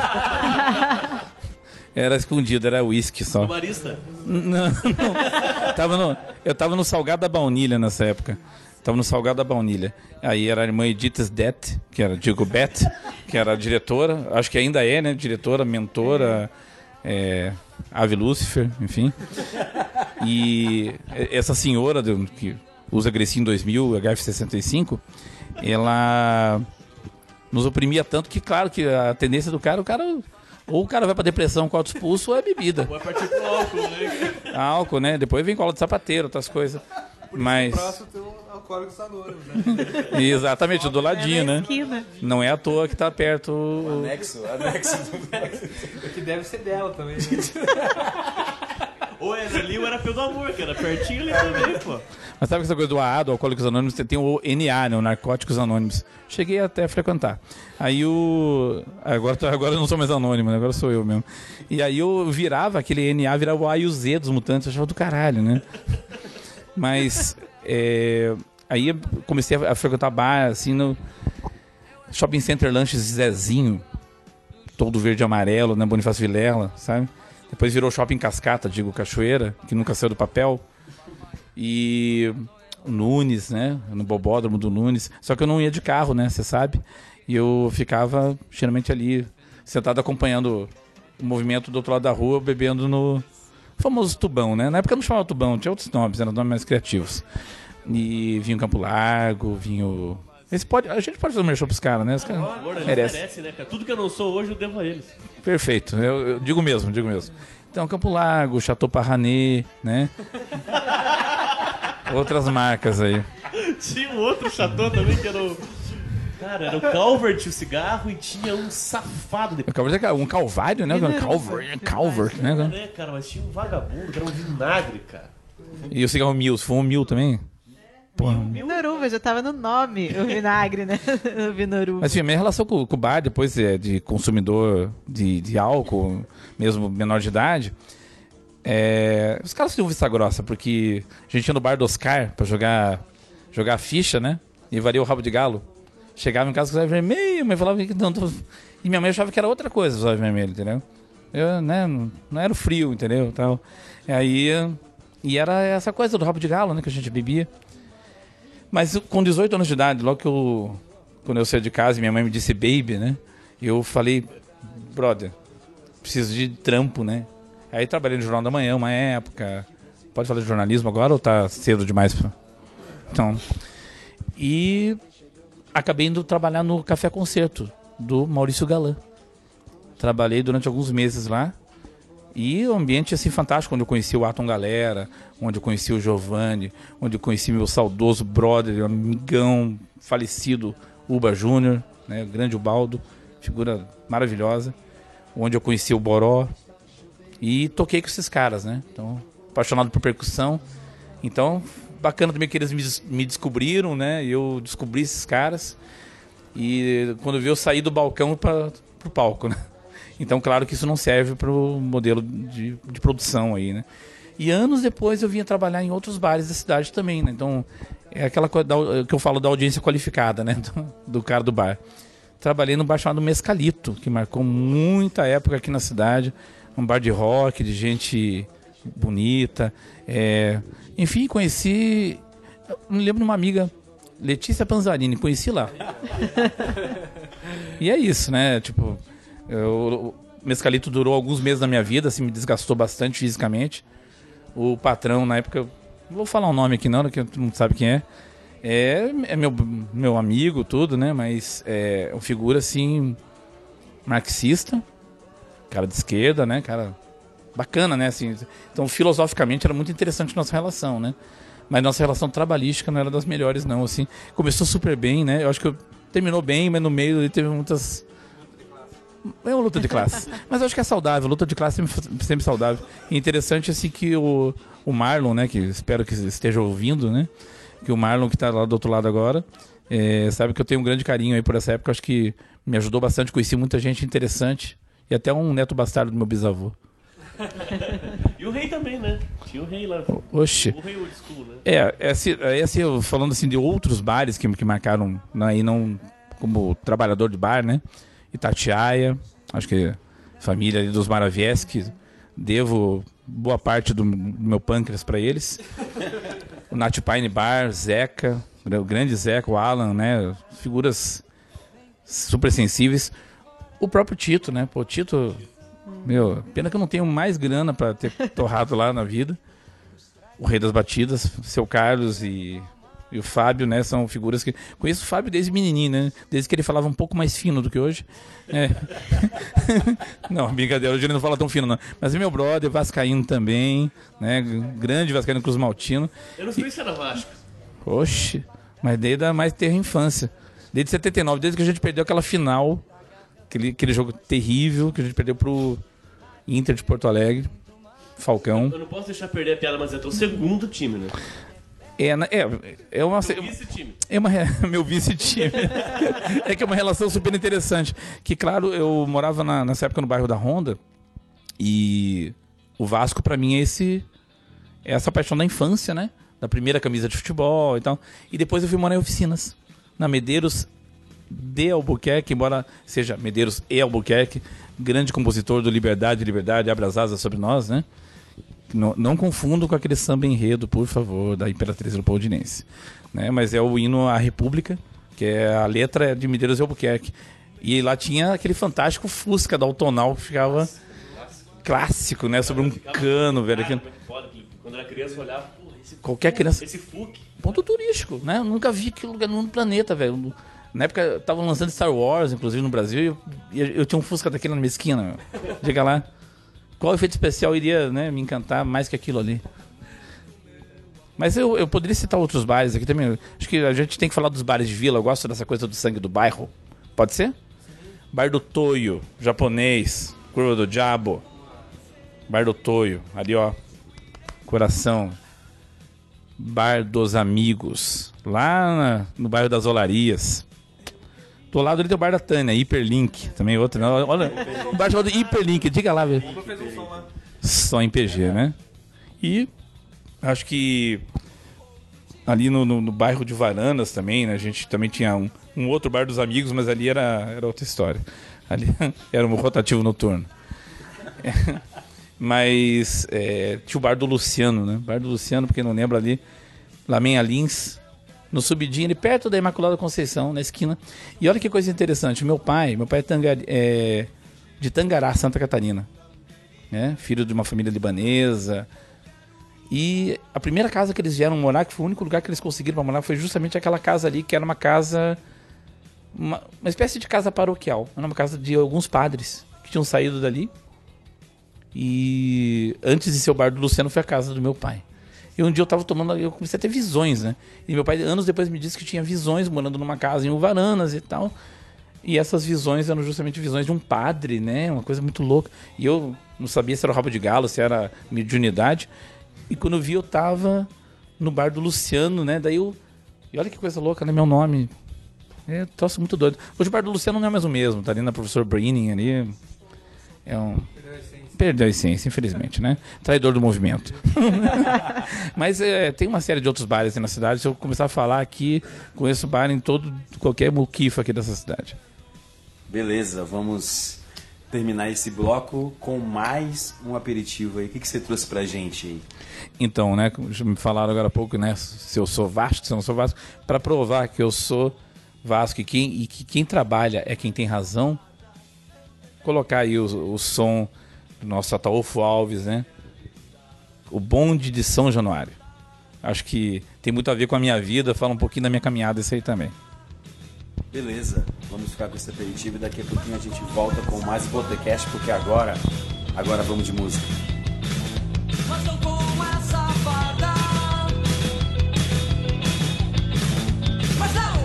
Era escondido, era uísque só. Barista? Não, não. Tava no, eu tava no Salgado da Baunilha nessa época. Tava no Salgado da Baunilha. Aí era a irmã Edith Det, que era, digo, Beth, que era a diretora, acho que ainda é, né? Diretora, mentora, é, Ave Lúcifer, enfim. E essa senhora do, que usa Grecinho dois mil, H F sessenta e cinco, ela nos oprimia tanto que, claro, que a tendência do cara, o cara... Ou o cara vai pra depressão com auto-expulso ou é bebida. Vai partir pro álcool, né? Álcool, né? Depois vem cola de sapateiro, outras coisas. Mas... O próximo tem um alcoólicos anônimos, né? Exatamente, do ladinho, né? Esquina. Não é à toa que tá perto... o- Anexo, anexo do... O que deve ser dela também, né? Ou era ali ou era pelo amor, que era pertinho ali também, pô. Mas sabe essa coisa do A A, do Alcoólicos Anônimos? Você tem o N A, né? O Narcóticos Anônimos. Cheguei até a frequentar. Aí o... Agora, tô- agora eu não sou mais anônimo, né? Agora sou eu mesmo. E aí eu virava, aquele N A virava o A e o Z dos mutantes. Eu achava do caralho, né? Mas... é, Aí eu comecei a frequentar bar, assim, no... Shopping Center Lanches Zezinho. Todo verde e amarelo, né? Bonifácio Vilela, sabe? Depois virou Shopping Cascata, digo, Cachoeira, que nunca saiu do papel. E o Nunes, né? No Bobódromo do Nunes. Só que eu não ia de carro, né? Você sabe. E eu ficava, geralmente, ali, sentado acompanhando o movimento do outro lado da rua, bebendo no famoso tubão, né? Na época não chamava tubão, tinha outros nomes, eram nomes mais criativos. E vinho Campo Largo, vinho... Esse pode, a gente pode fazer um merchan pros caras, né? Os caras Agora, eles merecem. merecem, né, cara? Tudo que eu não sou hoje eu devo a eles. Perfeito, eu, eu digo mesmo, digo mesmo. Então, Campo Largo, Chateau Parrané, né? Outras marcas aí. Tinha um outro chateau também que era o... Cara, era o Calvert, o cigarro, e tinha um safado de... Eu acabo de dizer um calvário, né? Calvary, Calvert, né? né, cara? Mas tinha um vagabundo que era um vinagre, cara. E o cigarro Mil, se for um Mil também? Porra. Vinoruva, já tava no nome, o vinagre, né? O Vinoruva. Mas enfim, a minha relação com, com o bar, depois é, de consumidor de, de álcool, mesmo menor de idade, é, os caras tinham vista grossa, porque a gente ia no bar do Oscar pra jogar, jogar ficha, né? E varia o rabo de galo. Chegava em casa com os olhos vermelhos, mas falava que não. Tô... E minha mãe achava que era outra coisa os olhos vermelhos, entendeu? Eu, né, não, não era o frio, entendeu? Tal. E aí. E era essa coisa do rabo de galo, né? Que a gente bebia. Mas com dezoito anos de idade, logo que eu. Quando eu saí de casa e minha mãe me disse baby, né? Eu falei, brother, preciso de trampo, né? Aí trabalhei no Jornal da Manhã uma época. Pode falar de jornalismo agora ou tá cedo demais? Pra... Então. E acabei indo trabalhar no Café Concerto do Maurício Galan. Trabalhei durante alguns meses lá. E o ambiente assim fantástico, onde eu conheci o Atom Galera, onde eu conheci o Giovanni, onde eu conheci meu saudoso brother, amigão falecido, Uba Júnior, né, o grande Ubaldo, figura maravilhosa, onde eu conheci o Boró e toquei com esses caras, né? Então, apaixonado por percussão. Então, bacana também que eles me, me descobriram, né? E eu descobri esses caras. E quando eu vi, eu saí do balcão para o palco, né? Então, claro que isso não serve para o modelo de, de produção aí, né? E anos depois eu vinha trabalhar em outros bares da cidade também, né? Então, é aquela coisa da, que eu falo da audiência qualificada, né? Do, do cara do bar. Trabalhei num bar chamado Mescalito, que marcou muita época aqui na cidade. Um bar de rock, de gente bonita. É... Enfim, conheci... Eu me lembro de uma amiga, Letícia Panzarini, conheci lá. E é isso, né? Tipo... Eu, o Mescalito durou alguns meses da minha vida, assim, me desgastou bastante fisicamente. o patrão na época, não vou falar o nome aqui não, que todo mundo sabe quem é. É, é meu, meu amigo, tudo, né? Mas é uma figura assim, marxista, cara de esquerda, né? Cara bacana, né? Assim, então, filosoficamente era muito interessante nossa relação, né? Mas nossa relação trabalhística não era das melhores, não. Assim, começou super bem, né? Eu acho que eu, terminou bem, mas no meio ele teve muitas. É uma luta de classe. Mas eu acho que é saudável, luta de classe sempre, sempre saudável. E interessante assim que o, o Marlon, né? Que espero que esteja ouvindo, né? Que o Marlon, que está lá do outro lado agora, é, sabe que eu tenho um grande carinho aí por essa época. Acho que me ajudou bastante, conheci muita gente interessante. E até um neto bastardo do meu bisavô. E o rei também, né? Tinha o rei lá. Oxe. O rei old school, né? É, esse, esse, eu falando assim de outros bares que, que marcaram, aí não como trabalhador de bar, né? Itatiaia, acho que família ali dos Maravieski, devo boa parte do, do meu pâncreas para eles. O Nat Pine Bar, Zeca, o grande Zeca, o Alan, né? Figuras super sensíveis. O próprio Tito, né? Pô, Tito, meu, pena que eu não tenho mais grana para ter torrado lá na vida. O Rei das Batidas, seu Carlos e, e o Fábio, né? São figuras que... Conheço o Fábio desde menininho, né? Desde que ele falava um pouco mais fino do que hoje. É. Não, brincadeira, hoje ele não fala tão fino, não. Mas é meu brother, vascaíno também, né? Grande vascaíno Cruz Maltino. Eu não sei se era Vasco. Oxe, mas desde a mais terra infância. Desde setenta e nove, desde que a gente perdeu aquela final, aquele, aquele jogo terrível que a gente perdeu pro Inter de Porto Alegre, Falcão. Eu não posso deixar perder a piada, mas é o segundo time, né? É, é, é uma... Meu vice-time. É uma, meu vice-time. É que é uma relação super interessante. Que, claro, eu morava na, nessa época no bairro da Honda e o Vasco, pra mim, é esse, é essa paixão da infância, né? Da primeira camisa de futebol e tal. E depois eu fui morar em Oficinas, na Medeiros de Albuquerque, embora seja Medeiros e Albuquerque, grande compositor do Liberdade, Liberdade, Abra as Asas sobre nós, né? Não, não confundo com aquele samba enredo, por favor, da Imperatriz Leopoldinense, né? Mas é o hino à República, que é a letra de Medeiros de Albuquerque. E lá tinha aquele fantástico Fusca da Autonal que ficava clássico, né? Sobre um cano, velho. Cara, quando era criança, eu olhava, pô, esse qualquer criança. Esse Fuc. Ponto turístico, né? Eu nunca vi aquele lugar no planeta, velho. Na época, estavam lançando Star Wars, inclusive, no Brasil, e eu, eu tinha um Fusca daquele na minha esquina, meu. Diga lá. Qual efeito especial iria, né, me encantar mais que aquilo ali? Mas eu, eu poderia citar outros bares aqui também. Acho que a gente tem que falar dos bares de vila. Eu gosto dessa coisa do sangue do bairro. Pode ser? Bar do Toio, japonês, Curva do Diabo. Bar do Toio, ali ó, coração. Bar dos Amigos, lá na, no bairro das Olarias. Do lado ali tem o bar da Tânia, Hiperlink, também outro. Né? Olha, o bar chamado Hiperlink, diga lá, velho. Só em P G, né? E acho que ali no, no, no bairro de Varanas também, né? A gente também tinha um, um outro bar dos amigos, mas ali era, era outra história. Ali era um rotativo noturno. É, mas é, tinha o bar do Luciano, né? Bar do Luciano, pra quem não lembra ali, Lamen Alins, no Subidinho, ali perto da Imaculada Conceição, na esquina. E olha que coisa interessante, meu pai, meu pai é, Tangar, é de Tangará, Santa Catarina, né? Filho de uma família libanesa. E a primeira casa que eles vieram morar, que foi o único lugar que eles conseguiram para morar, foi justamente aquela casa ali, que era uma casa, uma, uma espécie de casa paroquial. Era uma casa de alguns padres que tinham saído dali. E antes de ser o bar do Luciano, foi a casa do meu pai. E um dia eu tava tomando, eu comecei a ter visões, né? E meu pai, anos depois, me disse que tinha visões morando numa casa em Uvaranas e tal. E essas visões eram justamente visões de um padre, né? Uma coisa muito louca. E eu não sabia se era o rabo de galo, se era mediunidade. E quando eu vi, eu tava no bar do Luciano, né? Daí eu... E olha que coisa louca, né? Meu nome... É um troço muito doido. Hoje o bar do Luciano não é mais o mesmo. Tá ali na Professor Breening ali. É um... Perdeu a essência, infelizmente, né? Traidor do movimento. Mas é, tem uma série de outros bares na cidade. Se eu começar a falar aqui, conheço bar em todo, qualquer muquifa aqui dessa cidade. Beleza, vamos terminar esse bloco com mais um aperitivo aí. O que, que você trouxe pra gente aí? Então, né, já me falaram agora há pouco, né, se eu sou Vasco, se eu não sou Vasco, para provar que eu sou Vasco e, quem, e que quem trabalha é quem tem razão, colocar aí o, o som do nosso Ataúfo Alves, né, O Bonde de São Januário. Acho que tem muito a ver com a minha vida, fala um pouquinho da minha caminhada isso aí também. Beleza, vamos ficar com esse aperitivo e daqui a pouquinho a gente volta com mais Botecast, porque agora, agora vamos de música. Mas não com essa fada. Mas não!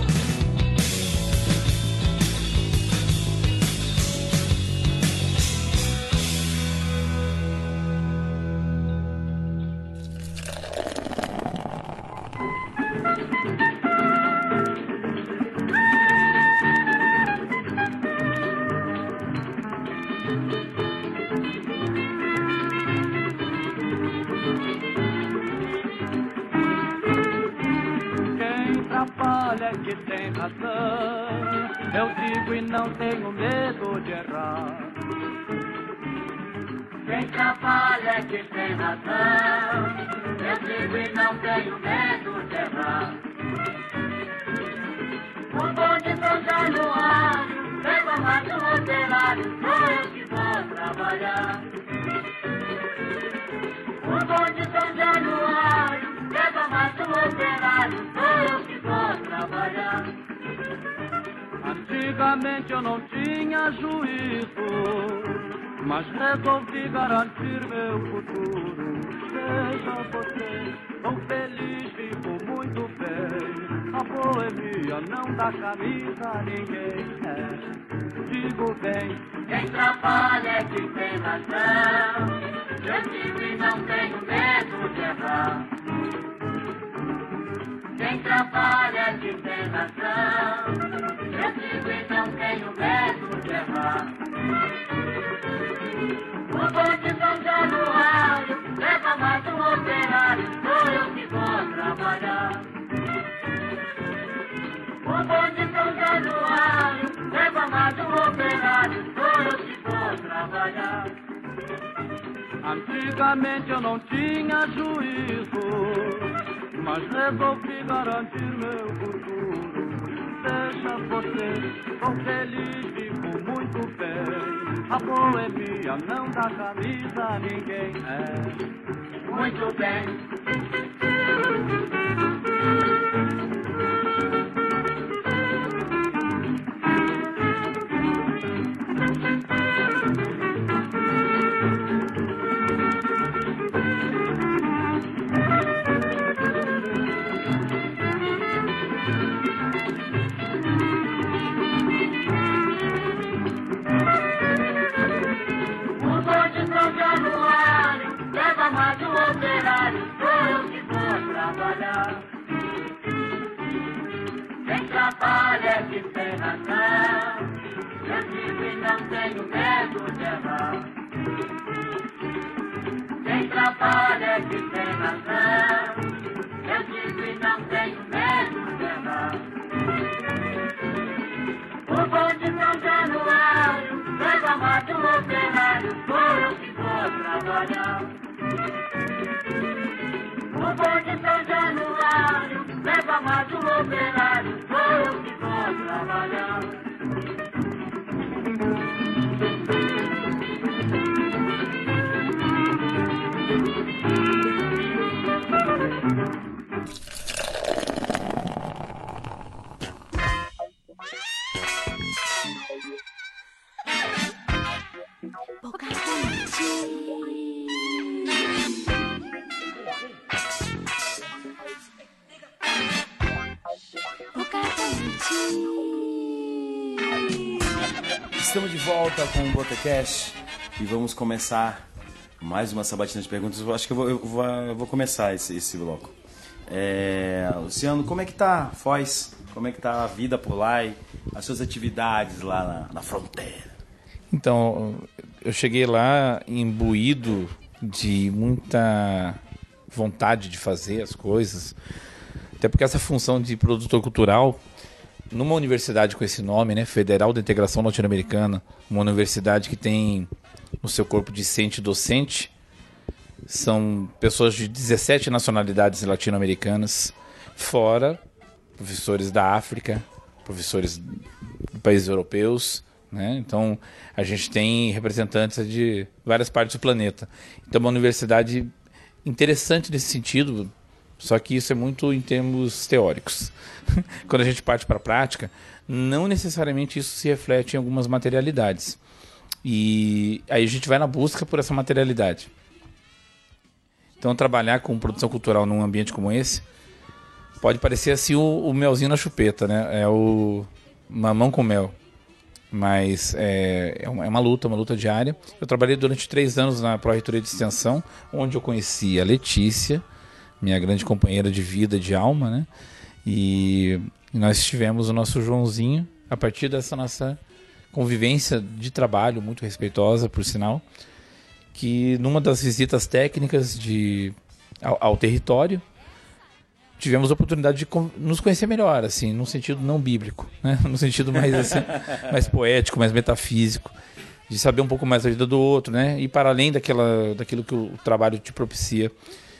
Que tem razão, eu digo e não tenho medo de errar. Quem trabalha é que tem razão, eu digo e não tenho medo de errar. O bonde São Januário, leva mais um operário, sou eu que vou trabalhar. O bonde São Januário, leva mais um operário, sou eu que vou trabalhar. Antigamente eu não tinha juízo, mas resolvi garantir meu futuro. Seja você tão feliz, vivo muito bem. A boemia não dá camisa a ninguém. É, digo bem, quem trabalha é que tem razão. Eu digo e não tenho medo de errar. Quem trabalha é que tem razão. Eu digo e não tenho medo de errar. O bonde São Januário leva mais um operário, sou eu que vou trabalhar. O bonde São Januário leva mais um operário, sou eu que vou trabalhar. Antigamente eu não tinha juízo, mas resolvi garantir meu futuro. Deixa você tão feliz, vivo muito bem. A boemia não dá camisa a ninguém. É, muito bem. Mais um operário, sou eu que vou trabalhar. Quem trabalha é que tem razão. Eu digo e não tenho medo de errar. Quem trabalha é que tem razão. Eu digo e não tenho medo de errar. O bonde São Januário leva mais um operário, sou eu que vou trabalhar. O bonde São Januário leva mais um operário, sou eu que vou trabalhar. Estamos de volta com o Botecast e vamos começar mais uma sabatina de perguntas. Eu acho que eu vou, eu vou, eu vou começar esse, esse bloco. É, Luciano, como é que tá Foz? Como é que tá a vida por lá e as suas atividades lá na, na fronteira? Então, eu cheguei lá imbuído de muita vontade de fazer as coisas, até porque essa função de produtor cultural, numa universidade com esse nome, né, Federal de Integração Latino-Americana, uma universidade que tem no seu corpo discente e docente, são pessoas de dezessete nacionalidades latino-americanas, fora professores da África, professores de países europeus, né? Então a gente tem representantes de várias partes do planeta. Então é uma universidade interessante nesse sentido, só que isso é muito em termos teóricos. Quando a gente parte para a prática, não necessariamente isso se reflete em algumas materialidades. E aí a gente vai na busca por essa materialidade. Então, trabalhar com produção cultural num ambiente como esse pode parecer assim o, o melzinho na chupeta, né? É o mamão com mel. Mas é, é, uma, é uma luta, uma luta diária. Eu trabalhei durante três anos na Pró-Reitoria de Extensão, onde eu conheci a Letícia, minha grande companheira de vida, de alma, né? E nós tivemos o nosso Joãozinho, a partir dessa nossa convivência de trabalho, muito respeitosa, por sinal, que numa das visitas técnicas de, ao, ao território, tivemos a oportunidade de nos conhecer melhor, assim, num sentido não bíblico, né? No sentido mais, assim, mais poético, mais metafísico, de saber um pouco mais da vida do outro, né? E para além daquela, daquilo que o trabalho te propicia.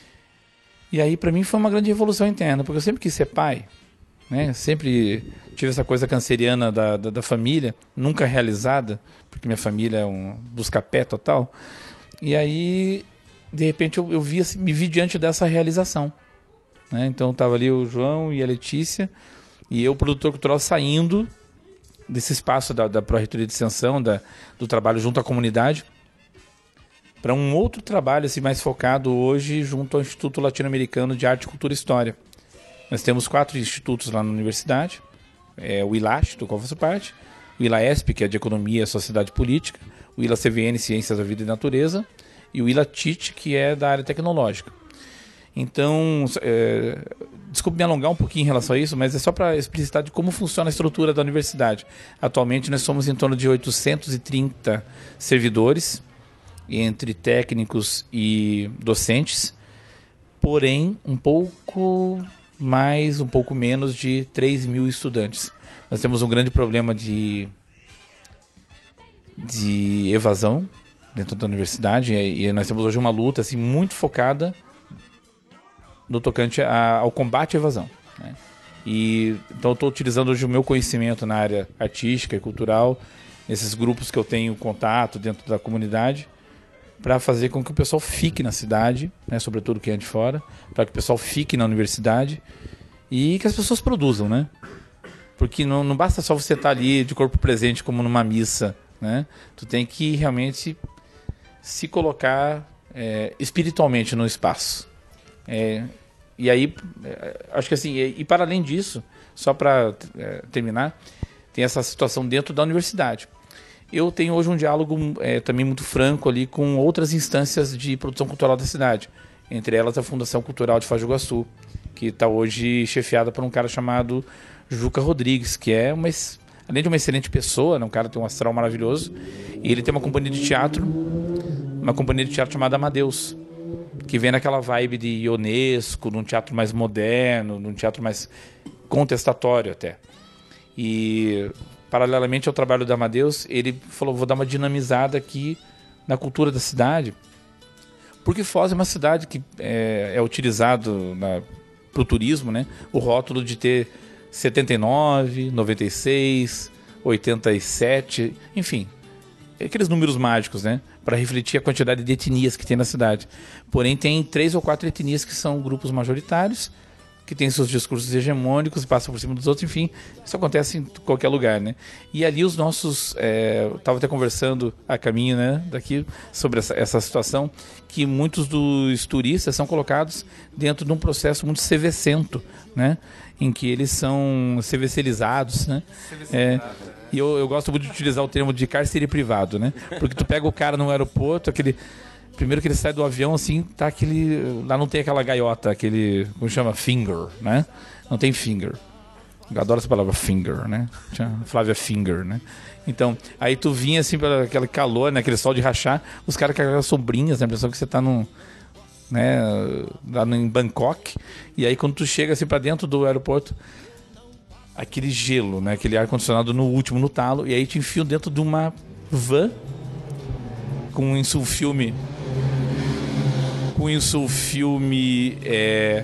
E aí, para mim, foi uma grande revolução interna, porque eu sempre quis ser pai, né? Sempre tive essa coisa canceriana da, da, da família, nunca realizada, porque minha família é um busca-pé total. E aí, de repente, eu, eu vi, assim, me vi diante dessa realização. Né? Então estava ali o João e a Letícia e eu, produtor cultural, saindo desse espaço da, da Pró-Reitoria de Extensão, da, do trabalho junto à comunidade, para um outro trabalho assim, mais focado hoje junto ao Instituto Latino-Americano de Arte, Cultura e História. Nós temos quatro institutos lá na universidade, é, o ILASH, do qual faço parte, o ILAESP, que é de Economia, Sociedade e Política, o ILA-C V N, Ciências da Vida e Natureza, e o ILA-T I T, que é da área tecnológica. Então, é, desculpe me alongar um pouquinho em relação a isso, mas é só para explicitar de como funciona a estrutura da universidade. Atualmente nós somos em torno de oitocentos e trinta servidores, entre técnicos e docentes, porém um pouco mais, um pouco menos de três mil estudantes. Nós temos um grande problema de, de evasão dentro da universidade e, e nós temos hoje uma luta assim, muito focada no tocante a, ao combate à evasão, né? E, então eu estou utilizando hoje o meu conhecimento na área artística e cultural, nesses grupos que eu tenho contato dentro da comunidade, para fazer com que o pessoal fique na cidade, né, sobretudo quem é de fora, para que o pessoal fique na universidade e que as pessoas produzam, né? Porque não, não basta só você estar ali de corpo presente como numa missa, né? Tu tem que realmente se colocar é, espiritualmente no espaço. É, e aí, é, acho que assim, e, e para além disso, só para é, terminar, tem essa situação dentro da universidade. Eu tenho hoje um diálogo é, também muito franco ali com outras instâncias de produção cultural da cidade, entre elas a Fundação Cultural de Foz do Iguaçu, que está hoje chefiada por um cara chamado Juca Rodrigues, que é, uma, além de uma excelente pessoa, né, um cara que tem um astral maravilhoso, e ele tem uma companhia de teatro, uma companhia de teatro chamada Amadeus, que vem naquela vibe de Ionesco, num teatro mais moderno, num teatro mais contestatório até. E, paralelamente ao trabalho da Amadeus, ele falou, vou dar uma dinamizada aqui na cultura da cidade, porque Foz é uma cidade que é, é utilizado para o turismo, né, o rótulo de ter setenta e nove, noventa e seis, oitenta e sete, enfim, aqueles números mágicos, né, para refletir a quantidade de etnias que tem na cidade. Porém, tem três ou quatro etnias que são grupos majoritários, que têm seus discursos hegemônicos, passam por cima dos outros, enfim, isso acontece em qualquer lugar, né? E ali os nossos, é, eu estava até conversando a caminho, né, daqui, sobre essa, essa situação, que muitos dos turistas são colocados dentro de um processo muito cevecento, né, em que eles são cevecelizados, né? É, e eu, eu gosto muito de utilizar o termo de cárcere privado, né? Porque tu pega o cara no aeroporto, aquele... Primeiro que ele sai do avião, assim, tá aquele... Lá não tem aquela gaiota, aquele... Como chama? Finger, né? Não tem finger. Eu adoro essa palavra finger, né? Flávia Finger, né? Então, aí tu vinha, assim, pelo aquele calor, né? Aquele sol de rachar. Os caras com aquelas sombrinhas, né? A impressão que você tá num... Né? Lá em Bangkok. E aí, quando tu chega, assim, pra dentro do aeroporto... Aquele gelo, né? Aquele ar-condicionado no último, no talo. E aí te enfiam dentro de uma van com um insulfilme... Com insulfilme é,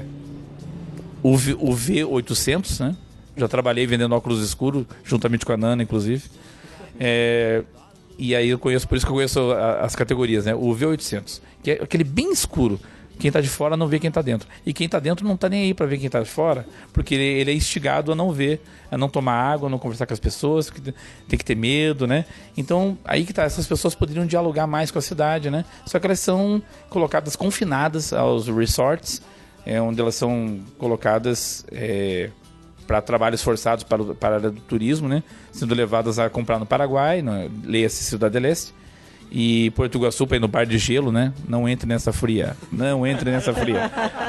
o V oitocentos, né? Já trabalhei vendendo óculos escuros, juntamente com a Nana, inclusive. É, e aí eu conheço, por isso que eu conheço a, as categorias, né? O V oitocentos, que é aquele bem escuro, quem está de fora não vê quem está dentro. E quem está dentro não está nem aí para ver quem está de fora, porque ele, ele é instigado a não ver, a não tomar água, a não conversar com as pessoas, tem que ter medo, né? Então, aí que tá, essas pessoas poderiam dialogar mais com a cidade, né? Só que elas são colocadas confinadas aos resorts, é, onde elas são colocadas é, para trabalhos forçados para, o, para a área do turismo, né? Sendo levadas a comprar no Paraguai, no, leia-se Cidade del Este, e Porto Iguaçu para ir no bar de gelo, né? Não entre nessa fria. Não entre nessa fria.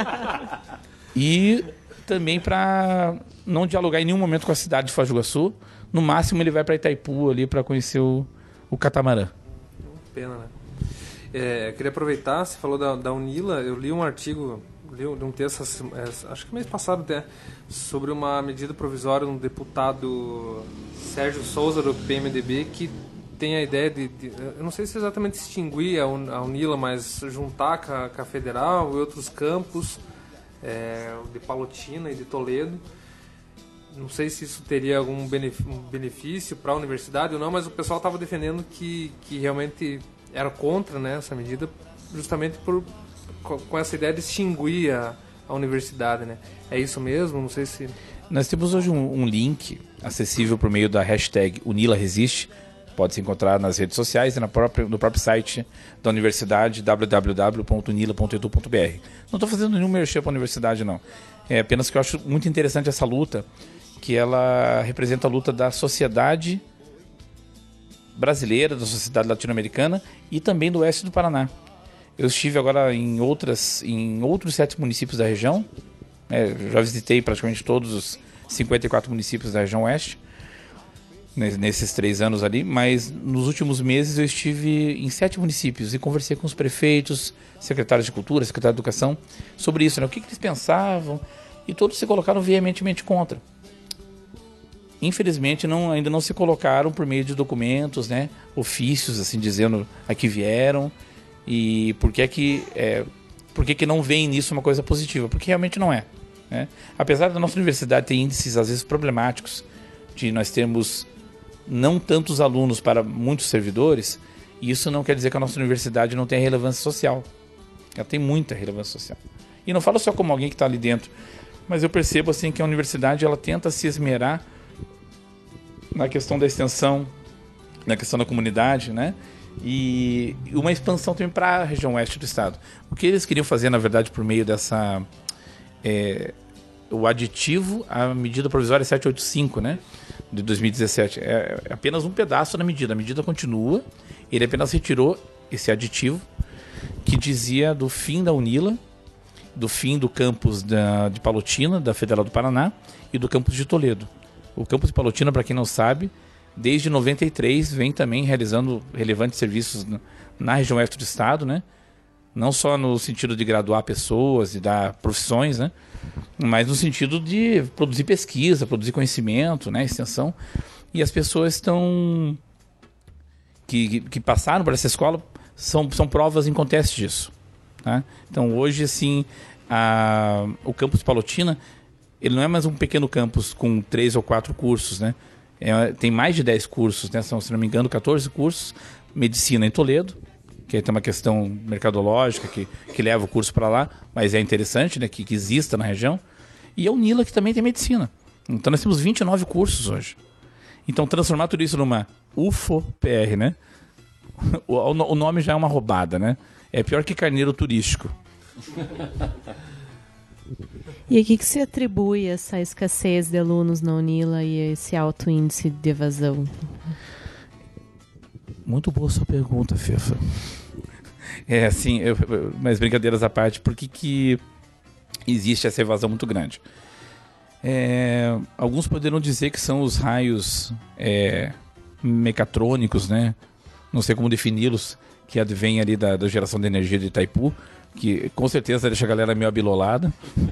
E também para não dialogar em nenhum momento com a cidade de Foz do Iguaçu. No máximo ele vai para Itaipu ali para conhecer o, o catamarã. Pena, né? É, eu queria aproveitar, você falou da, da Unila, eu li um artigo, li um texto, acho que mês passado até, sobre uma medida provisória de um deputado Sérgio Souza do P M D B que tem a ideia de, de eu não sei se exatamente extinguir a, Un, a Unila, mas juntar com a, com a Federal e outros campos, é, de Palotina e de Toledo. Não sei se isso teria algum benefício para a universidade ou não, mas o pessoal estava defendendo que, que realmente era contra, né, essa medida, justamente por, com essa ideia de extinguir a, a universidade, né? É isso mesmo? Não sei se... Nós temos hoje um, um link acessível por meio da hashtag Unila Resiste. Pode se encontrar nas redes sociais e na própria, no próprio site da universidade, w w w ponto unila ponto e d u ponto b r. Não estou fazendo nenhum merchan para a universidade, não. É apenas que eu acho muito interessante essa luta, que ela representa a luta da sociedade brasileira, da sociedade latino-americana e também do oeste do Paraná. Eu estive agora em, outras, em outros sete municípios da região, é, já visitei praticamente todos os cinquenta e quatro municípios da região oeste, nesses três anos ali, mas nos últimos meses eu estive em sete municípios e conversei com os prefeitos, secretários de cultura, secretários de educação, sobre isso, né? O que, que eles pensavam, e todos se colocaram veementemente contra. Infelizmente não, ainda não se colocaram por meio de documentos, né? Ofícios, assim, dizendo a que vieram e por que é que, é, por que, que não vem nisso uma coisa positiva, porque realmente não é, né? Apesar da nossa universidade ter índices às vezes problemáticos, de nós termos não tantos alunos para muitos servidores, isso não quer dizer que a nossa universidade não tenha relevância social. Ela tem muita relevância social. E não falo só como alguém que está ali dentro, mas eu percebo assim que a universidade ela tenta se esmerar na questão da extensão, na questão da comunidade, né? E uma expansão também para a região oeste do estado. O que eles queriam fazer, na verdade, por meio dessa... É, o aditivo à medida provisória setecentos e oitenta e cinco, né, de dois mil e dezessete. É apenas um pedaço da medida. A medida continua. Ele apenas retirou esse aditivo que dizia do fim da Unila, do fim do campus da, de Palotina, da Federal do Paraná, e do campus de Toledo. O campus de Palotina, para quem não sabe, desde noventa e três vem também realizando relevantes serviços na região oeste do estado, né? Não só no sentido de graduar pessoas e dar profissões, né? Mas no sentido de produzir pesquisa, produzir conhecimento, né? Extensão. E as pessoas estão que, que, que passaram por essa escola são, são provas incontestáveis disso, tá? Então hoje, assim, a, o campus de Palotina, ele não é mais um pequeno campus com três ou quatro cursos, né? É, tem mais de dez cursos, né? São, se não me engano, quatorze cursos. Medicina em Toledo, que tem uma questão mercadológica que, que leva o curso para lá, mas é interessante, né, que, que exista na região. E a Unila, que também tem medicina. Então nós temos vinte e nove cursos hoje. Então transformar tudo isso numa U F O P R, né? O, o nome já é uma roubada, né? É pior que carneiro turístico. E a que, que se atribui essa escassez de alunos na Unila e esse alto índice de evasão? Muito boa sua pergunta, Fefa. É assim, eu, mas brincadeiras à parte, por que, que existe essa evasão muito grande? É, alguns poderão dizer que são os raios é, mecatrônicos, né? Não sei como defini-los, que advêm ali da, da geração de energia de Itaipu, que com certeza deixa a galera meio abilolada.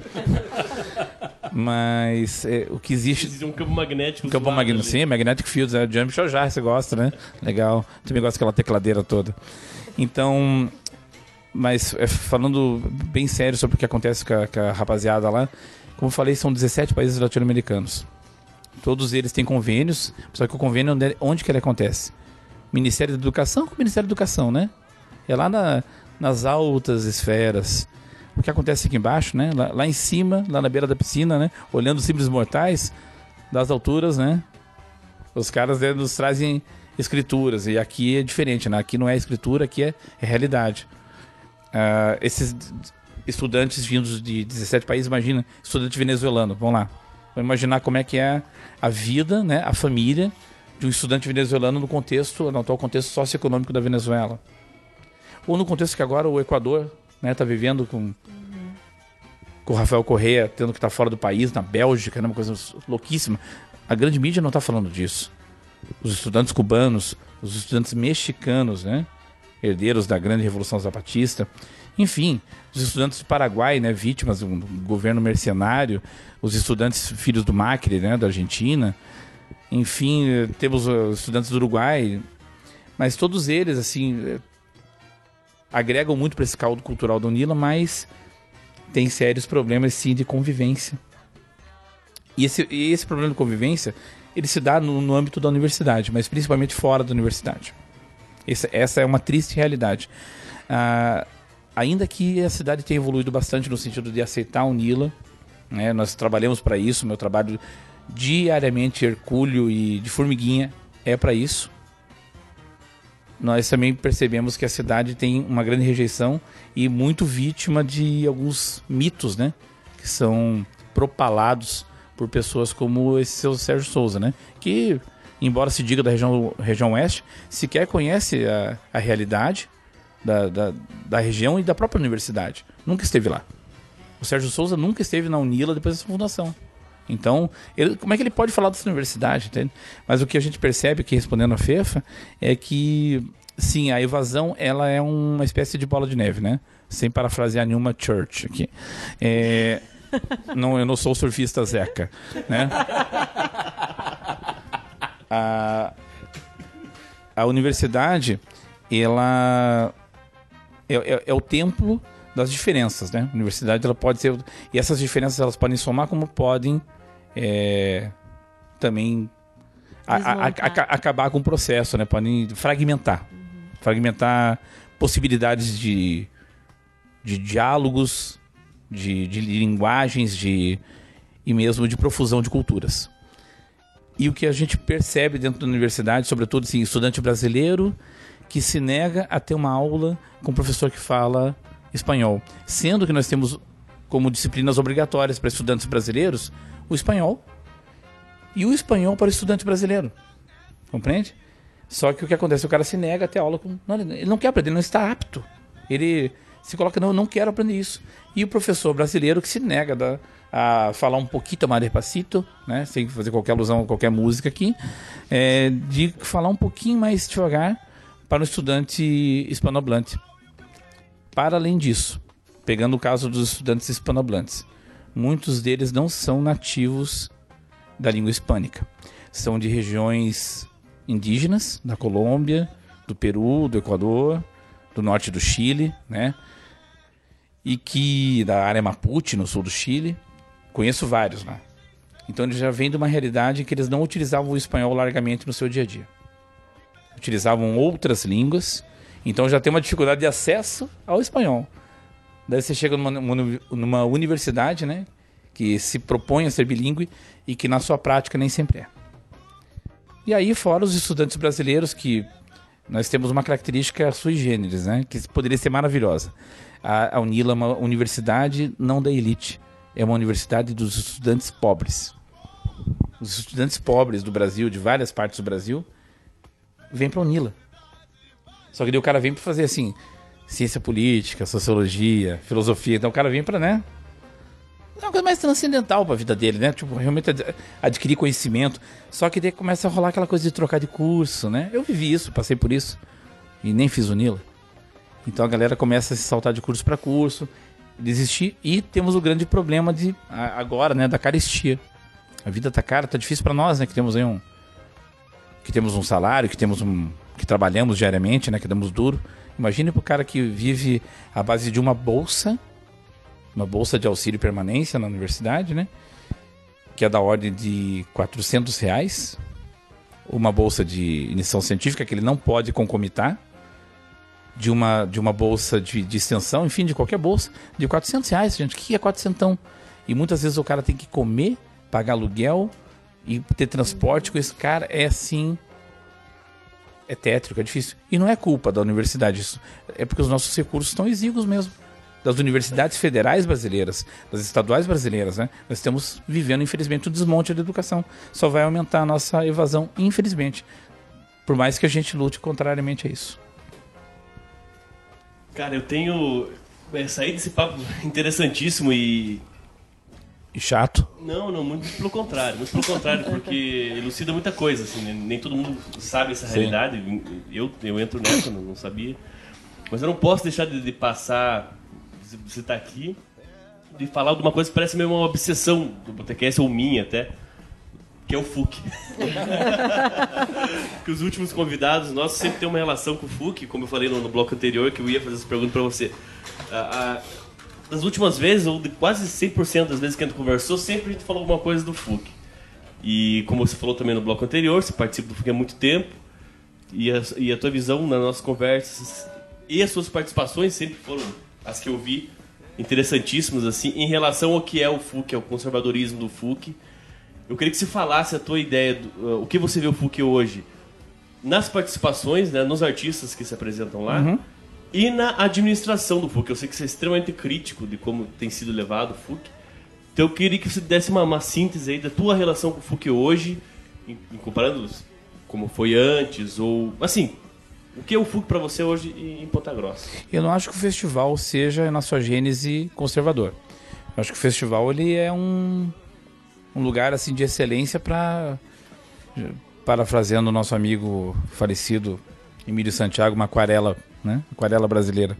Mas é, o que existe... Existe um campo magnético. Um campo magnético, sim, magnetic fields, né? Jump Shojar, você gosta, né? Legal. Também gosta daquela tecladeira toda. Então, mas é, falando bem sério sobre o que acontece com a, com a rapaziada lá, como eu falei, são dezessete países latino-americanos. Todos eles têm convênios, só que o convênio, onde, onde que ele acontece? Ministério da Educação com o Ministério da Educação, né? É lá na, nas altas esferas, o que acontece aqui embaixo, né? Lá, lá em cima, lá na beira da piscina, né? Olhando os simples mortais das alturas, né? Os caras né, nos trazem escrituras. E aqui é diferente, né? Aqui não é escritura, aqui é, é realidade. Uh, esses estudantes vindos de dezessete países, imagina, estudante venezuelano, vamos lá. Vamos imaginar como é que é a vida, né? A família de um estudante venezuelano no contexto, no atual contexto socioeconômico da Venezuela. Ou no contexto que agora o Equador está, né, vivendo com, uhum. com o Rafael Correa, tendo que estar fora do país, na Bélgica, né, uma coisa louquíssima. A grande mídia não está falando disso. Os estudantes cubanos, os estudantes mexicanos, né, herdeiros da grande Revolução Zapatista, enfim, os estudantes do Paraguai, né, vítimas do governo mercenário, os estudantes filhos do Macri, né, da Argentina, enfim, temos os estudantes do Uruguai, mas todos eles, assim, agregam muito para esse caldo cultural da UNILA, mas tem sérios problemas, sim, de convivência. E esse, e esse problema de convivência, ele se dá no, no âmbito da universidade, mas principalmente fora da universidade. Essa, essa é uma triste realidade. Ah, ainda que a cidade tenha evoluído bastante no sentido de aceitar a UNILA, né, nós trabalhamos para isso, meu trabalho diariamente, hercúleo e de formiguinha, é para isso. Nós também percebemos que a cidade tem uma grande rejeição e muito vítima de alguns mitos, né, que são propalados por pessoas como esse seu Sérgio Souza, né, que, embora se diga da região, região oeste, sequer conhece a, a realidade da, da, da região e da própria universidade. Nunca esteve lá. O Sérgio Souza nunca esteve na UNILA depois dessa fundação. Então, ele, como é que ele pode falar dessa universidade, entende? Mas o que a gente percebe aqui, respondendo a Fefa, é que, sim, a evasão ela é uma espécie de bola de neve, né? Sem parafrasear nenhuma church aqui. É, não, eu não sou surfista Zeca, né? A, a universidade, ela é, é, é o templo das diferenças, né? A universidade ela pode ser, e essas diferenças elas podem somar como podem é, também a, a, a, a, acabar com o processo, né? Podem fragmentar, uhum. fragmentar possibilidades de, de diálogos, de, de linguagens, de e mesmo de profusão de culturas. E o que a gente percebe dentro da universidade, sobretudo assim, estudante brasileiro que se nega a ter uma aula com um professor que fala espanhol, sendo que nós temos como disciplinas obrigatórias para estudantes brasileiros o espanhol e o espanhol para o estudante brasileiro, compreende? Só que o que acontece, o cara se nega a ter aula com... Não, ele não quer aprender, ele não está apto, ele se coloca, não, eu não quero aprender isso. E o professor brasileiro que se nega da, a falar um pouquinho mais despacito, né, sem fazer qualquer alusão a qualquer música aqui, é, de falar um pouquinho mais devagar para o estudante hispanohablante. Para além disso, pegando o caso dos estudantes hispanohablantes, muitos deles não são nativos da língua hispânica. São de regiões indígenas, da Colômbia, do Peru, do Equador, do norte do Chile, né? E que da área Mapuche, no sul do Chile, conheço vários lá. Então eles já vêm de uma realidade em que eles não utilizavam o espanhol largamente no seu dia a dia. Utilizavam outras línguas. Então já tem uma dificuldade de acesso ao espanhol. Daí você chega numa, numa universidade, né, que se propõe a ser bilíngue e que na sua prática nem sempre é. E aí fora os estudantes brasileiros, que nós temos uma característica sui generis, né, que poderia ser maravilhosa. A, a UNILA é uma universidade não da elite, é uma universidade dos estudantes pobres. Os estudantes pobres do Brasil, de várias partes do Brasil, vêm para a UNILA. Só que daí o cara vem para fazer assim, ciência política, sociologia, filosofia. Então o cara vem para, né? É uma coisa mais transcendental para a vida dele, né? Tipo, realmente ad- adquirir conhecimento. Só que daí começa a rolar aquela coisa de trocar de curso, né? Eu vivi isso, passei por isso. E nem fiz UNILA. Então a galera começa a se saltar de curso para curso, desistir. E temos o grande problema de agora, né? Da carestia. A vida tá cara, tá difícil para nós, né? Que temos aí um... Que temos um salário, que temos um... que trabalhamos diariamente, né, que damos duro. Imagine para o cara que vive à base de uma bolsa, uma bolsa de auxílio permanência na universidade, né, que é da ordem de quatrocentos reais, uma bolsa de iniciação científica que ele não pode concomitar, de uma, de uma bolsa de, de extensão, enfim, de qualquer bolsa, de quatrocentos reais, gente. O que é quatrocentão? E muitas vezes o cara tem que comer, pagar aluguel e ter transporte com esse cara. É assim, é tétrico, é difícil. E não é culpa da universidade isso. É porque os nossos recursos estão exíguos mesmo. Das universidades federais brasileiras, das estaduais brasileiras, né? Nós estamos vivendo, infelizmente, o desmonte da educação. Só vai aumentar a nossa evasão, infelizmente. Por mais que a gente lute contrariamente a isso. Cara, eu tenho... É, saí desse papo interessantíssimo e... E chato? Não, não, muito pelo contrário. Muito pelo contrário, porque elucida muita coisa, assim, né? Nem todo mundo sabe essa Sim. realidade. Eu, eu entro nessa, não, não sabia. Mas eu não posso deixar de, de passar... Você está aqui, de falar de uma coisa que parece mesmo uma obsessão do Botecast, ou minha até, que é o F U C. Que os últimos convidados nossos sempre têm uma relação com o F U C, como eu falei no, no bloco anterior, que eu ia fazer essa pergunta para você. Ah, ah, nas últimas vezes, ou de quase cem por cento das vezes que a gente conversou, sempre a gente falou alguma coisa do F U C. E como você falou também no bloco anterior, você participa do F U C há muito tempo, e a, e a tua visão nas nossas conversas e as suas participações sempre foram... as que eu vi, interessantíssimas, assim, em relação ao que é o F U C, ao conservadorismo do F U C. Eu queria que você falasse a tua ideia, do, uh, o que você vê o F U C hoje, nas participações, né, nos artistas que se apresentam lá, Uhum. e na administração do F U C. Eu sei que você é extremamente crítico de como tem sido levado o F U C. Então eu queria que você desse uma, uma síntese aí da tua relação com o F U C hoje, em, em comparando como foi antes, ou, assim... O que é o F U C para você hoje em Ponta Grossa? Eu não acho que o festival seja, na sua gênese, conservador. Eu acho que o festival ele é um, um lugar assim, de excelência para, parafraseando o nosso amigo falecido Emílio Santiago, uma aquarela, né? Aquarela brasileira.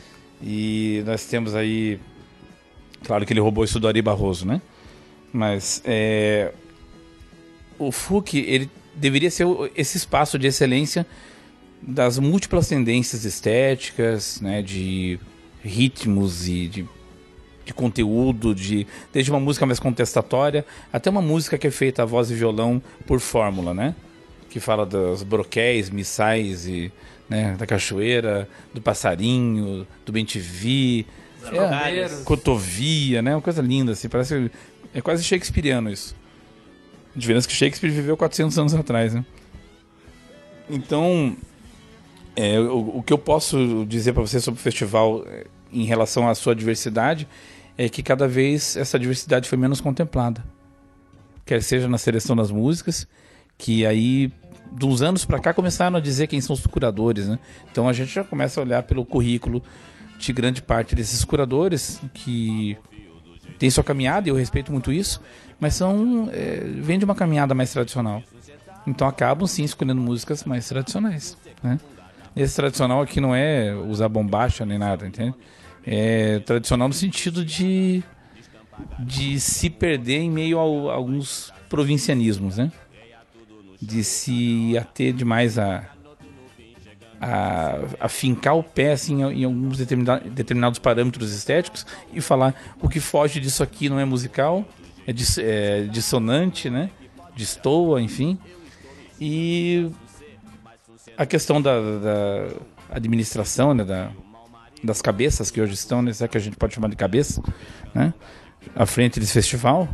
E nós temos aí, claro que ele roubou isso do Ari Barroso, né? Mas é, o F U C ele deveria ser esse espaço de excelência das múltiplas tendências estéticas, né, de ritmos e de, de conteúdo, de, desde uma música mais contestatória até uma música que é feita a voz e violão por fórmula, né, que fala dos broquéis, missais e, né, da cachoeira, do passarinho, do bem te vi, é, cotovia, né, uma coisa linda, assim, parece é quase shakespeariano isso. A diferença é que Shakespeare viveu quatrocentos anos atrás, né? Então, É, o, o que eu posso dizer para você sobre o festival é, em relação à sua diversidade é que cada vez essa diversidade foi menos contemplada, quer seja na seleção das músicas, que aí de uns anos para cá começaram a dizer quem são os curadores, né? Então a gente já começa a olhar pelo currículo de grande parte desses curadores que tem sua caminhada, e eu respeito muito isso, mas são é, vem de uma caminhada mais tradicional, então acabam sim escolhendo músicas mais tradicionais, né? Esse tradicional aqui não é usar bombacha nem nada, entende? É tradicional no sentido de, de se perder em meio a, a alguns provincianismos, né? De se ater demais a, a, a fincar o pé assim, em alguns determina, determinados parâmetros estéticos e falar o que foge disso aqui não é musical, é, dis, é dissonante, né? Destoa, enfim. E... a questão da, da administração, né, da, das cabeças que hoje estão, né, é que a gente pode chamar de cabeça, né, à frente desse festival,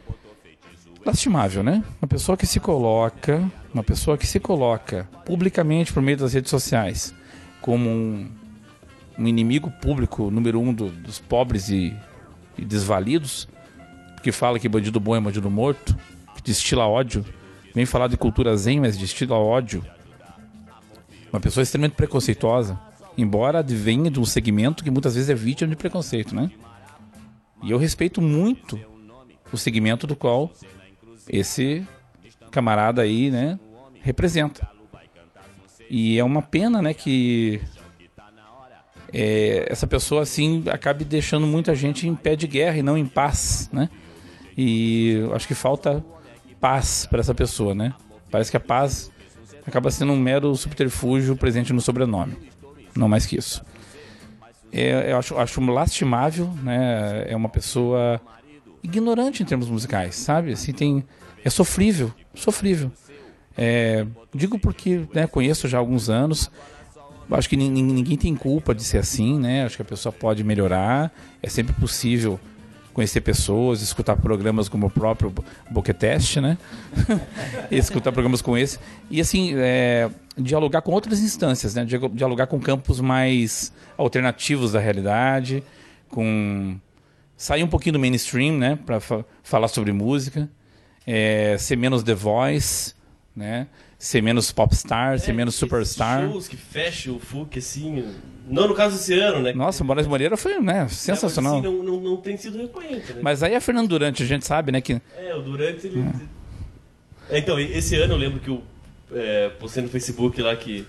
lastimável, né? Uma pessoa que se coloca, uma pessoa que se coloca publicamente por meio das redes sociais como um, um inimigo público número um do, dos pobres e, e desvalidos, que fala que bandido bom é bandido morto, que destila ódio, vem falar de cultura zen, mas destila ódio. Uma pessoa extremamente preconceituosa, embora venha de um segmento que muitas vezes é vítima de preconceito, né? E eu respeito muito o segmento do qual esse camarada aí, né, representa. E é uma pena, né, que é, essa pessoa assim acabe deixando muita gente em pé de guerra e não em paz, né? E eu acho que falta paz para essa pessoa, né? Parece que a paz acaba sendo um mero subterfúgio presente no sobrenome, não mais que isso. É, eu acho, acho lastimável, né? É uma pessoa ignorante em termos musicais, sabe? Assim, tem, é sofrível, sofrível. É, digo porque, né, conheço já há alguns anos, Eu acho que ninguém, ninguém tem culpa de ser assim, né? Acho que a pessoa pode melhorar. É sempre possível conhecer pessoas, escutar programas como o próprio Boqueteste, né? Escutar programas como esse. E, assim, é, dialogar com outras instâncias, né? Dialogar com campos mais alternativos da realidade, com... sair um pouquinho do mainstream, né? Para fa- falar sobre música. É, ser menos The Voice, né? Ser menos popstar, É, ser menos superstar. Shows que fecham o F U C, assim. Não no caso desse ano, né? Nossa, o Moraes Moreira foi, né? Sensacional. É, mas, assim, não, não, não tem sido reconhecido, né? Mas aí a Fernando Durante, a gente sabe, né? Que... É, o Durante, ele... É, então, esse ano eu lembro que eu é, postei no Facebook lá que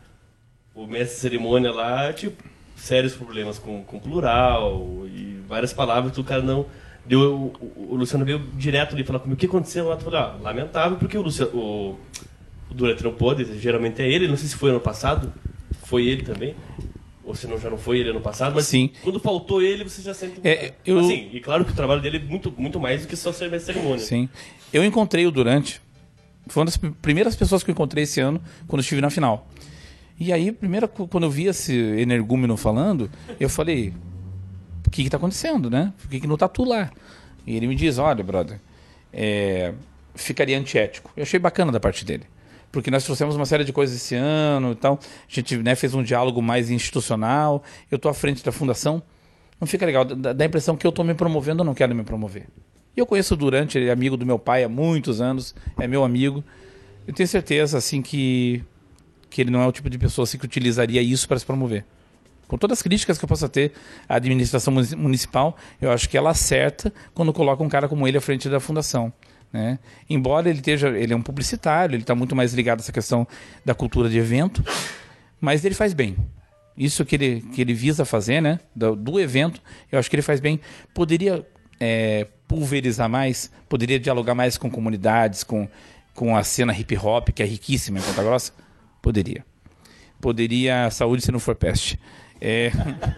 o mestre de cerimônia lá, tipo, sérios problemas com, com plural e várias palavras que o cara não... Deu, o, o Luciano veio direto ali falar comigo, o que aconteceu lá? Eu falei, ah, lamentável, porque o, Luciano, o, o Durante não pôde, geralmente é ele, não sei se foi ano passado, foi ele também, ou se não, já não foi ele ano passado, mas Sim. quando faltou ele, você já sente... É, eu... Assim, e claro que o trabalho dele é muito, muito mais do que só ser mestre de cerimônia. Sim. Eu encontrei o Durante, foi uma das primeiras pessoas que eu encontrei esse ano, quando eu estive na final. E aí, primeiro, quando eu vi esse energúmeno falando, eu falei... o que está acontecendo, né? Por que, que não tá tu lá? E ele me diz, olha, brother, é, ficaria antiético. Eu achei bacana da parte dele. Porque nós trouxemos uma série de coisas esse ano e tal. A gente, né, fez um diálogo mais institucional. Eu estou à frente da fundação. Não fica legal. Dá, dá a impressão que eu estou me promovendo ou não quero me promover. E eu conheço o Durante, ele é amigo do meu pai há muitos anos. É meu amigo. Eu tenho certeza, assim, que, que ele não é o tipo de pessoa assim, que utilizaria isso para se promover. Com todas as críticas que eu possa ter à administração municipal, eu acho que ela acerta quando coloca um cara como ele à frente da fundação, né? Embora ele esteja, ele é um publicitário, ele está muito mais ligado a essa questão da cultura de evento, mas ele faz bem. Isso que ele, que ele visa fazer, né? Do, do evento, eu acho que ele faz bem. Poderia é, pulverizar mais, poderia dialogar mais com comunidades, com, com a cena hip hop, que é riquíssima em Ponta Grossa? Poderia. Poderia, saúde se não for peste. É,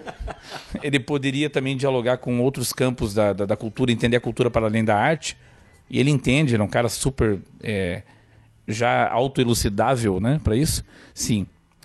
ele poderia também dialogar com outros campos da, da, da cultura, entender a cultura para além da arte. E ele entende, ele é um cara super é, já autoelucidável, né, para isso. Sim.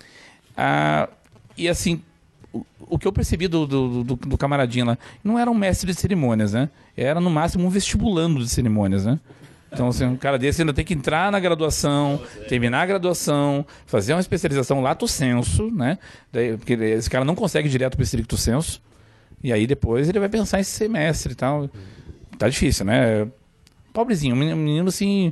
Ah, e assim, o, o que eu percebi do, do, do, do camaradinho lá, não era um mestre de cerimônias, né? Era no máximo um vestibulando de cerimônias, né? Então, assim, um cara desse ainda tem que entrar na graduação, terminar a graduação, fazer uma especialização lato sensu, né? Daí, porque esse cara não consegue ir direto para o stricto sensu. E aí depois ele vai pensar em ser mestre e tal. Tá difícil, né? Pobrezinho, um menino, um menino assim...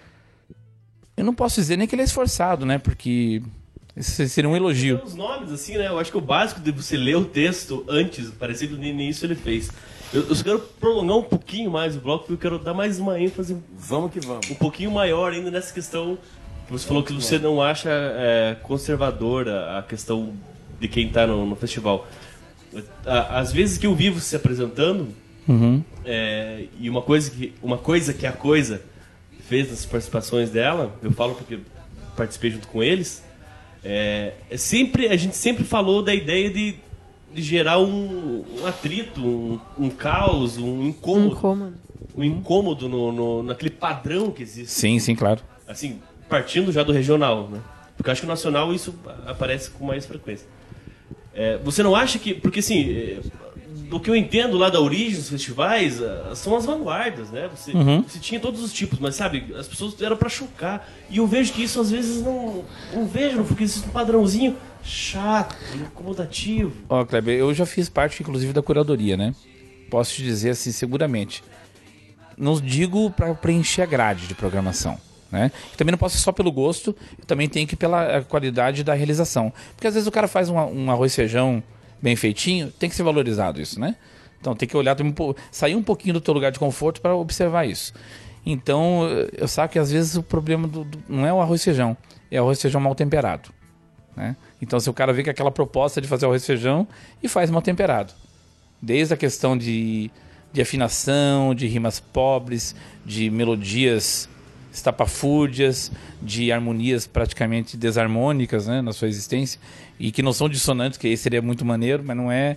Eu não posso dizer nem que ele é esforçado, né? Porque esse seria um elogio. Tem os nomes, assim, né? Eu acho que o básico de você ler o texto antes, parecido no início, ele fez. Eu, eu só quero prolongar um pouquinho mais o bloco, porque eu quero dar mais uma ênfase Vamos que vamos. um pouquinho maior ainda nessa questão que você falou que você não acha é, conservadora a questão de quem está no, no festival. Às vezes que eu vi você se apresentando, Uhum. é, e uma coisa, que, uma coisa que a Coisa fez nas participações dela, eu falo porque participei junto com eles, é, é sempre, a gente sempre falou da ideia de, de gerar um, um atrito, um, um caos, um incômodo. Incômodo. Um incômodo no, no, naquele padrão que existe. Sim, sim, claro. Assim, partindo já do regional, né? Porque eu acho que no nacional isso aparece com mais frequência. É, você não acha que... Porque, assim, é, do que eu entendo lá da origem dos festivais, ah, são as vanguardas, né? Você, Uhum. você tinha todos os tipos, mas, sabe, as pessoas eram pra chocar. E eu vejo que isso, às vezes, não, não vejo, porque existe um padrãozinho chato, incomodativo. Ó, Kleber, eu já fiz parte, inclusive, da curadoria, né? Posso te dizer, assim, seguramente. Não digo para preencher a grade de programação, né? Também não posso ser só pelo gosto, também tem que ir pela qualidade da realização. Porque às vezes o cara faz um, um arroz e feijão bem feitinho, tem que ser valorizado isso, né? Então tem que olhar, também, sair um pouquinho do teu lugar de conforto para observar isso. Então eu sabe que às vezes o problema do, do, não é o arroz e feijão, é o arroz e feijão mal temperado, né? Então se o cara vê que aquela proposta de fazer arroz e feijão e faz mal temperado, desde a questão de, de afinação, de rimas pobres, de melodias estapafúrdias, de harmonias praticamente desarmônicas, né, na sua existência, e que não são dissonantes, que aí seria muito maneiro, mas não é,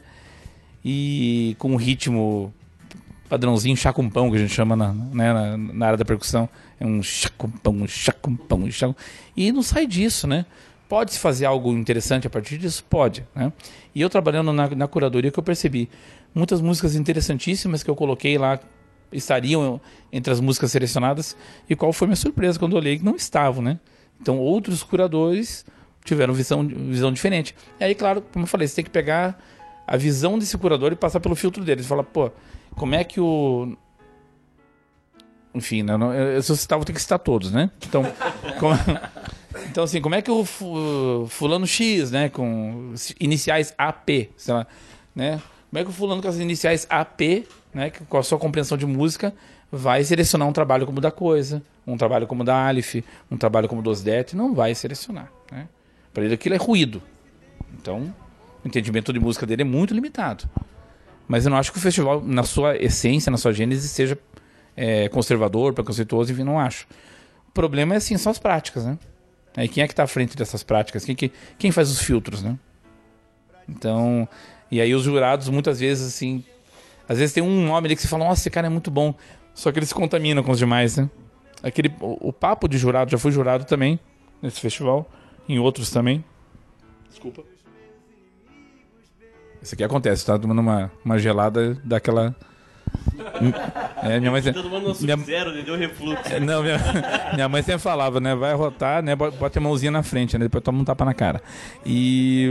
e com um ritmo padrãozinho chacumpão, que a gente chama na, né, na, na área da percussão, é um chacumpão, um chacumpão, um chacumpão, e não sai disso, né, Pode-se fazer algo interessante a partir disso? Pode, né? E eu trabalhando na, na curadoria que eu percebi muitas músicas interessantíssimas que eu coloquei lá estariam entre as músicas selecionadas, e qual foi minha surpresa quando eu olhei que não estavam, né? Então outros curadores tiveram visão, visão diferente. E aí, claro, como eu falei, você tem que pegar a visão desse curador e passar pelo filtro dele. Você fala, pô, como é que o... Enfim, né? Eu, se eu citar, vou ter que citar todos, né? Então, como... então assim, como é que o fulano X, né, com iniciais A P, sei lá, né? Como é que o fulano com as iniciais A P, né, com a sua compreensão de música, vai selecionar um trabalho como o da Coisa, um trabalho como o da Aleph, um trabalho como o do Osdet? Não vai selecionar, né? Para ele aquilo é ruído. Então, o entendimento de música dele é muito limitado. Mas eu não acho que o festival, na sua essência, na sua gênese, seja é, conservador, preconceituoso, enfim, não acho. O problema é assim, são as práticas, né? Aí quem é que está à frente dessas práticas? Quem, que, quem faz os filtros, né? Então, e aí os jurados muitas vezes assim, às vezes tem um nome ali que você fala, nossa, esse cara é muito bom, só que ele se contamina com os demais, né? Aquele, o, o papo de jurado, já fui jurado também nesse festival, em outros também. Desculpa. Isso aqui acontece, tá tomando uma, uma gelada daquela... É, minha mãe sempre... Todo mundo no sub-zero, minha... deu refluxo. Não, minha... minha mãe sempre falava, né? Vai rotar, né? Bota a mãozinha na frente, né? Depois toma um tapa na cara. E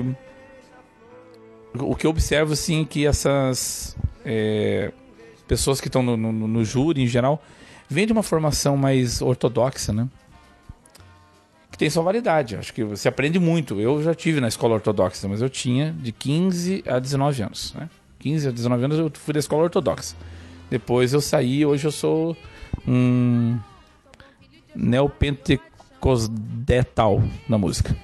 o que eu observo, assim, é que essas é... pessoas que estão no, no, no júri, em geral, vêm de uma formação mais ortodoxa, né? Que tem sua validade. Acho que você aprende muito. Eu já tive na escola ortodoxa, mas eu tinha de quinze a dezenove anos, né? quinze a dezenove anos eu fui da escola ortodoxa. Depois eu saí, hoje eu sou um neopentecostal na música.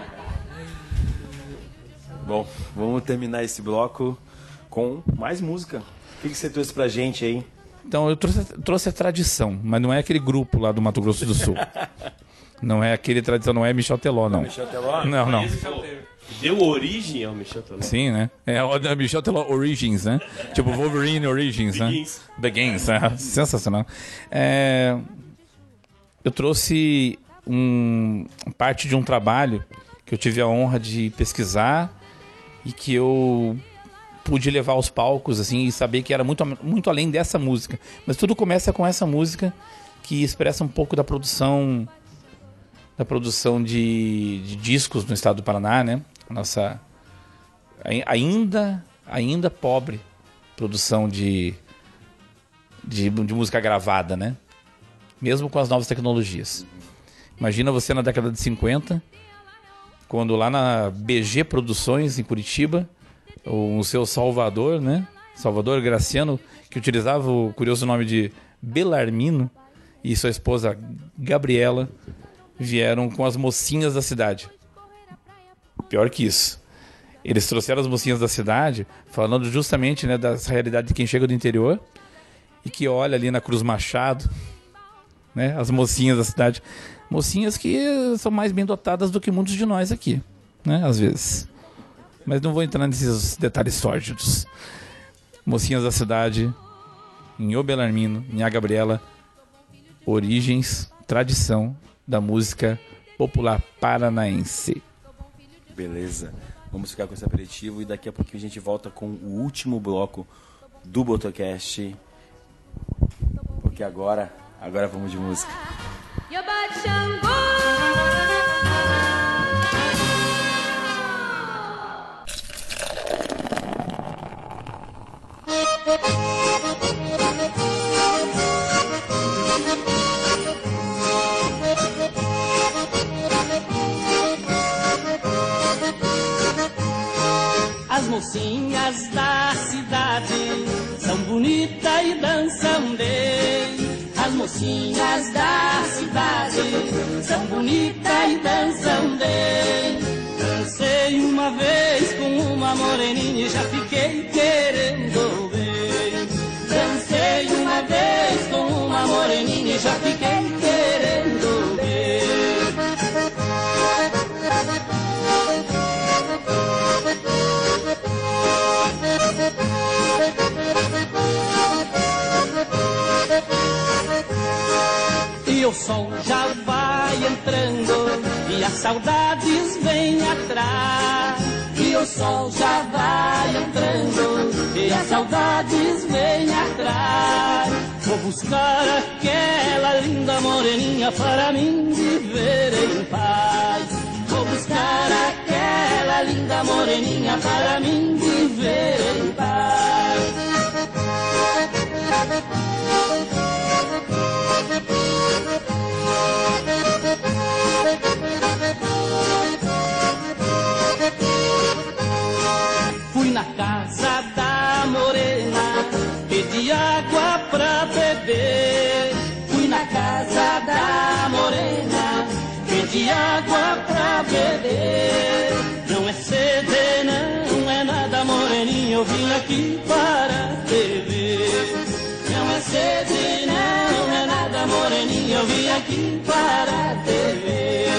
Bom, vamos terminar esse bloco com mais música. O que, que você trouxe pra gente aí? Então, eu trouxe, trouxe a tradição, mas não é aquele grupo lá do Mato Grosso do Sul. Não é aquele tradição, não é Michel Teló, não. Michel Teló? Não, não. Deu origem ao Michel Teló. Sim, né? É o Michel Teló Origins, né? Tipo Wolverine Origins, Begins. né? Begins, né? Sensacional. É... Eu trouxe um... parte de um trabalho que eu tive a honra de pesquisar e que eu pude levar aos palcos, assim, e saber que era muito, muito além dessa música. Mas tudo começa com essa música que expressa um pouco da produção... da produção de, de discos no estado do Paraná, né? A nossa ainda, ainda pobre produção de, de, de música gravada, né? Mesmo com as novas tecnologias. Imagina você na década de cinquenta, quando lá na B G Produções, em Curitiba, o seu Salvador, né? Salvador Graciano, que utilizava o curioso nome de Belarmino, e sua esposa Gabriela vieram com as mocinhas da cidade. Pior que isso. Eles trouxeram as mocinhas da cidade, falando justamente, né, da realidade de quem chega do interior e que olha ali na Cruz Machado, né, as mocinhas da cidade. Mocinhas que são mais bem dotadas do que muitos de nós aqui, né, às vezes. Mas não vou entrar nesses detalhes sórdidos. Mocinhas da cidade, em O Belarmino, em A Gabriela, origens, tradição da música popular paranaense. Beleza. Vamos ficar com esse aperitivo e daqui a pouquinho a gente volta com o último bloco do Botocast. Porque agora, agora vamos de música. As mocinhas da cidade são bonitas e dançam bem. As mocinhas da cidade são bonitas e dançam bem. Dancei uma vez com uma moreninha e já fiquei querendo ver. Dancei uma vez com uma moreninha e já fiquei querendo ver. E o sol já vai entrando e as saudades vêm atrás. E o sol já vai entrando e as saudades vêm atrás. Vou buscar aquela linda moreninha para mim viver em paz. Vou buscar aquela linda moreninha para mim viver em paz. Fui na casa da morena, pedi água pra beber. Fui na casa da morena, pedi água pra beber. Não é sede, não é nada, moreninha, eu vim aqui para beber. Não é sede, não é nada, moreninha, eu vim aqui para beber.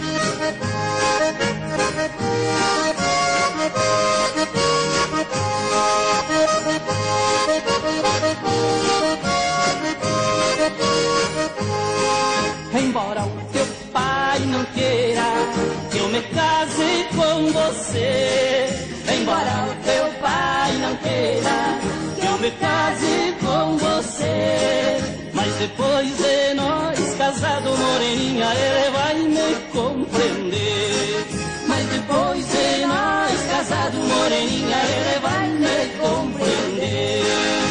Embora o teu pai não queira que eu me case com você, embora o teu pai não queira que eu me case com você, mas depois de nós casado, moreninha, ele vai me compreender. Mas depois de nós casado, moreninha, ele vai me compreender.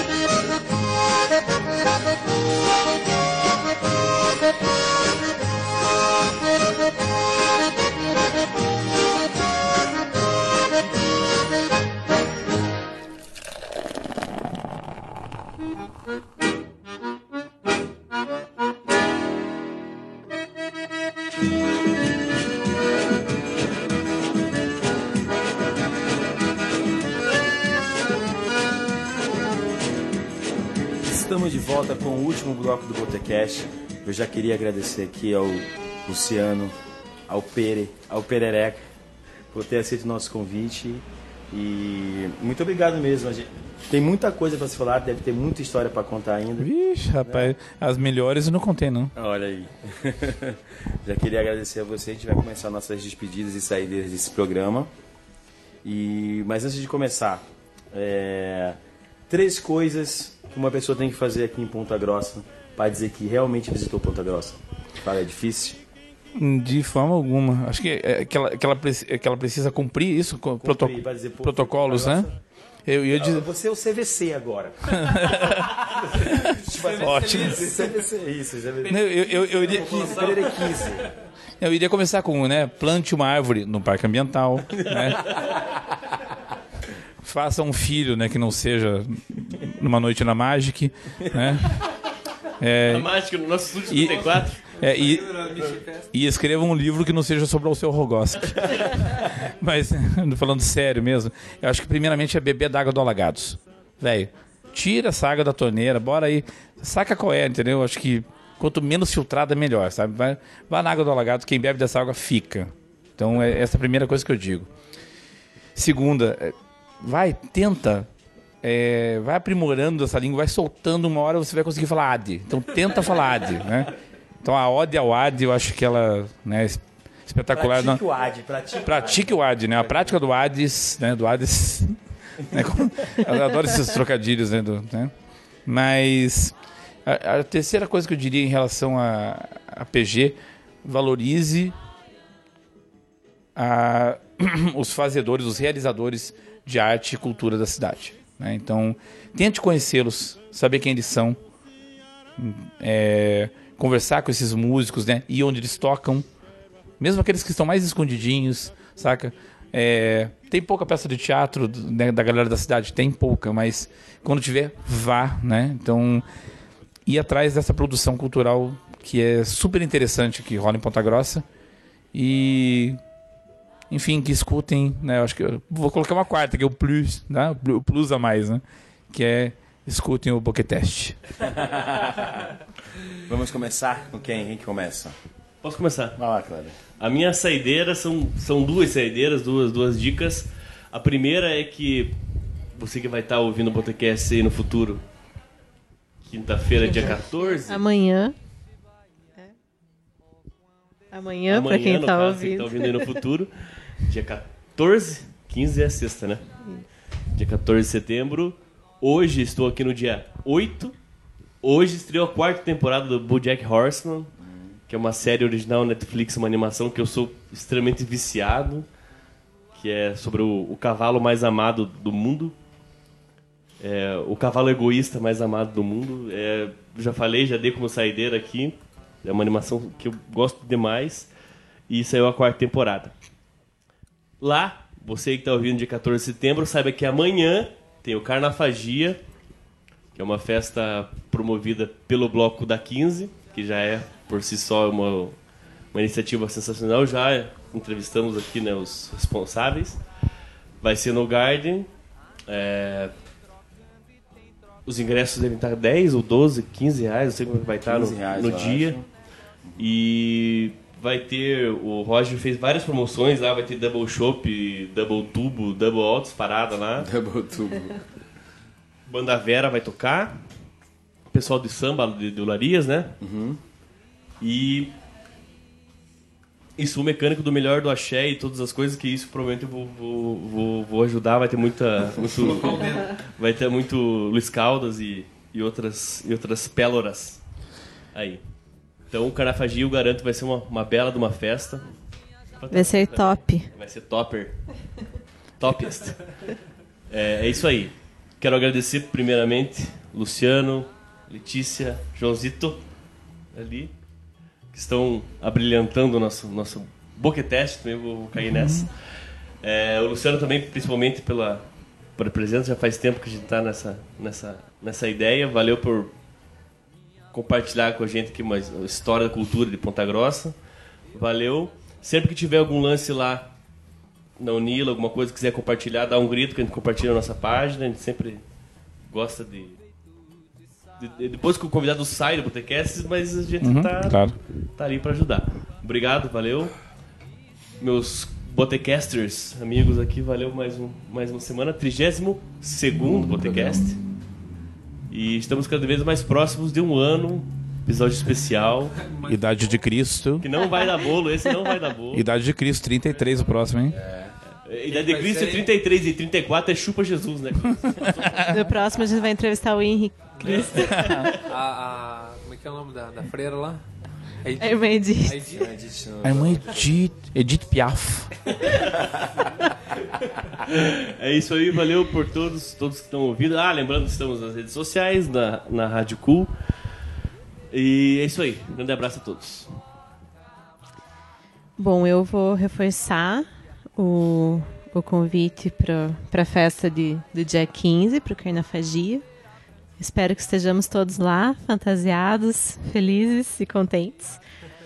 Estamos de volta com o último bloco do Botecast. Eu já queria agradecer aqui ao Luciano, ao Pere, ao Perereca, por ter aceito o nosso convite. E muito obrigado mesmo. A gente tem muita coisa para se falar, deve ter muita história para contar ainda. Vixe, rapaz, as melhores eu não contei, não. Olha aí. Já queria agradecer a você. A gente vai começar nossas despedidas e saídas desse programa. E... Mas antes de começar, é... três coisas que uma pessoa tem que fazer aqui em Ponta Grossa para dizer que realmente visitou Ponta Grossa. Fala, é difícil? De forma alguma. Acho que, é, que, ela, que, ela, que ela precisa cumprir isso, cumprir, proto, dizer, pô, protocolos, né? Eu ia dizer... Você é o C V C agora. Ótimo. C V C, isso. Eu, eu, eu, eu, iria, eu iria começar com, né, plante uma árvore no parque ambiental, né? Faça um filho, né, que não seja numa noite na Magic, né? É, na Magic, no nosso estúdio trinta e quatro. É, e, e escreva um livro que não seja sobre o seu Rogoski. Mas, falando sério mesmo, eu acho que primeiramente é beber d'água do Alagados. Velho, tira essa água da torneira, bora aí, saca qual é, entendeu? Acho que quanto menos filtrada, melhor, sabe? Vai, vai na água do Alagados, quem bebe dessa água fica. Então, é essa a primeira coisa que eu digo. Segunda, vai, tenta... É, vai aprimorando essa língua, vai soltando, uma hora você vai conseguir falar ad. Então tenta falar ad, né? Então a ode ao ad, eu acho que ela, né, espetacular. Pratique não... o ad, pratique, pratique o ad, né? A prática do ades, né? Do ades, né? Eu adoro esses trocadilhos, né? Do, né? Mas a, a terceira coisa que eu diria em relação a, a P G, valorize a, os fazedores, os realizadores de arte e cultura da cidade. Né? Então, tente conhecê-los, saber quem eles são, é, conversar com esses músicos, né? Ir onde eles tocam, mesmo aqueles que estão mais escondidinhos, saca? É, tem pouca peça de teatro, né, da galera da cidade, tem pouca, mas quando tiver, vá, né? Então, ir atrás dessa produção cultural que é super interessante, que rola em Ponta Grossa. E... enfim, que escutem, né? Eu acho que eu vou colocar uma quarta, que é o plus, né? O plus a mais, né? Que é escutem o Botecast. Vamos começar com quem? Quem que começa? Posso começar? Vai lá, Cláudio. A minha saideira são, são duas saideiras, duas, duas dicas. A primeira é que você que vai estar ouvindo o Botecast aí no futuro, quinta-feira, dia quatorze. Amanhã. Amanhã, Amanhã, pra quem no tá caso, ouvindo. quem tá ouvindo aí no futuro. Dia quatorze, quinze é sexta, né? Dia quatorze de setembro. Hoje estou aqui no dia oito. Hoje estreou a quarta temporada do BoJack Horseman, que é uma série original Netflix, uma animação que eu sou extremamente viciado, que é sobre o, o cavalo mais amado do mundo. É, o cavalo egoísta mais amado do mundo. É, já falei, já dei como saideira aqui. É uma animação que eu gosto demais. E saiu a quarta temporada. Lá, você que está ouvindo dia quatorze de setembro, saiba que amanhã tem o Carnafagia, que é uma festa promovida pelo Bloco da quinze, que já é, por si só, uma, uma iniciativa sensacional. Já entrevistamos aqui, né, os responsáveis. Vai ser no Garden. É... Os ingressos devem estar dez ou doze, quinze reais, não sei como vai estar no, reais, no eu dia. acho. E vai ter, o Roger fez várias promoções lá, vai ter Double Chopp, Double Tubo, Double Altos, parada lá. Double Tubo. Banda Vera vai tocar. O pessoal de samba de, de Olarias, né? Uhum. E isso, o mecânico do melhor do axé e todas as coisas, que isso provavelmente eu vou, vou, vou, vou ajudar. Vai ter muita... Muito, vai ter muito Luiz Caldas e, e, outras, e outras péloras aí. Então o Carnafagia, eu garanto, vai ser uma, uma bela de uma festa. Vai ser top. Vai ser topper. Topest. É, é isso aí. Quero agradecer primeiramente Luciano, Letícia, Joãozito, ali, que estão abrilhantando o nosso, nosso Boquetest, também vou cair nessa. É, o Luciano também, principalmente pela, pela presença, já faz tempo que a gente está nessa, nessa, nessa ideia. Valeu por compartilhar com a gente aqui uma história da cultura de Ponta Grossa. Valeu. Sempre que tiver algum lance lá na Unila, alguma coisa que quiser compartilhar, dá um grito que a gente compartilha na nossa página. A gente sempre gosta de... de, de depois que o convidado sai do Botecast, mas a gente Uhum, tá, claro. tá ali para ajudar. Obrigado, valeu. Meus Botecasters, amigos aqui, valeu mais, um, mais uma semana. trigésimo segundo Botecast. E estamos cada vez mais próximos de um ano, episódio especial. Idade de Cristo. Que não vai dar bolo, esse não vai dar bolo. Idade de Cristo, trinta e três o próximo, hein? É, Idade de Cristo é trinta e três e trinta e quatro é chupa Jesus, né? No próximo a gente vai entrevistar o Henrique Cristo. A, a, como é que é o nome da, da freira lá? A A irmã Edith. A Edith. A irmã Edith, Edith Piaf. É isso aí, valeu por todos, todos que estão ouvindo. Ah, lembrando que estamos nas redes sociais, na, na Rádio Cool. E é isso aí, um grande abraço a todos. Bom, eu vou reforçar o, o convite para a festa de, do dia quinze, para o Carnafagia. Espero que estejamos todos lá, fantasiados, felizes e contentes.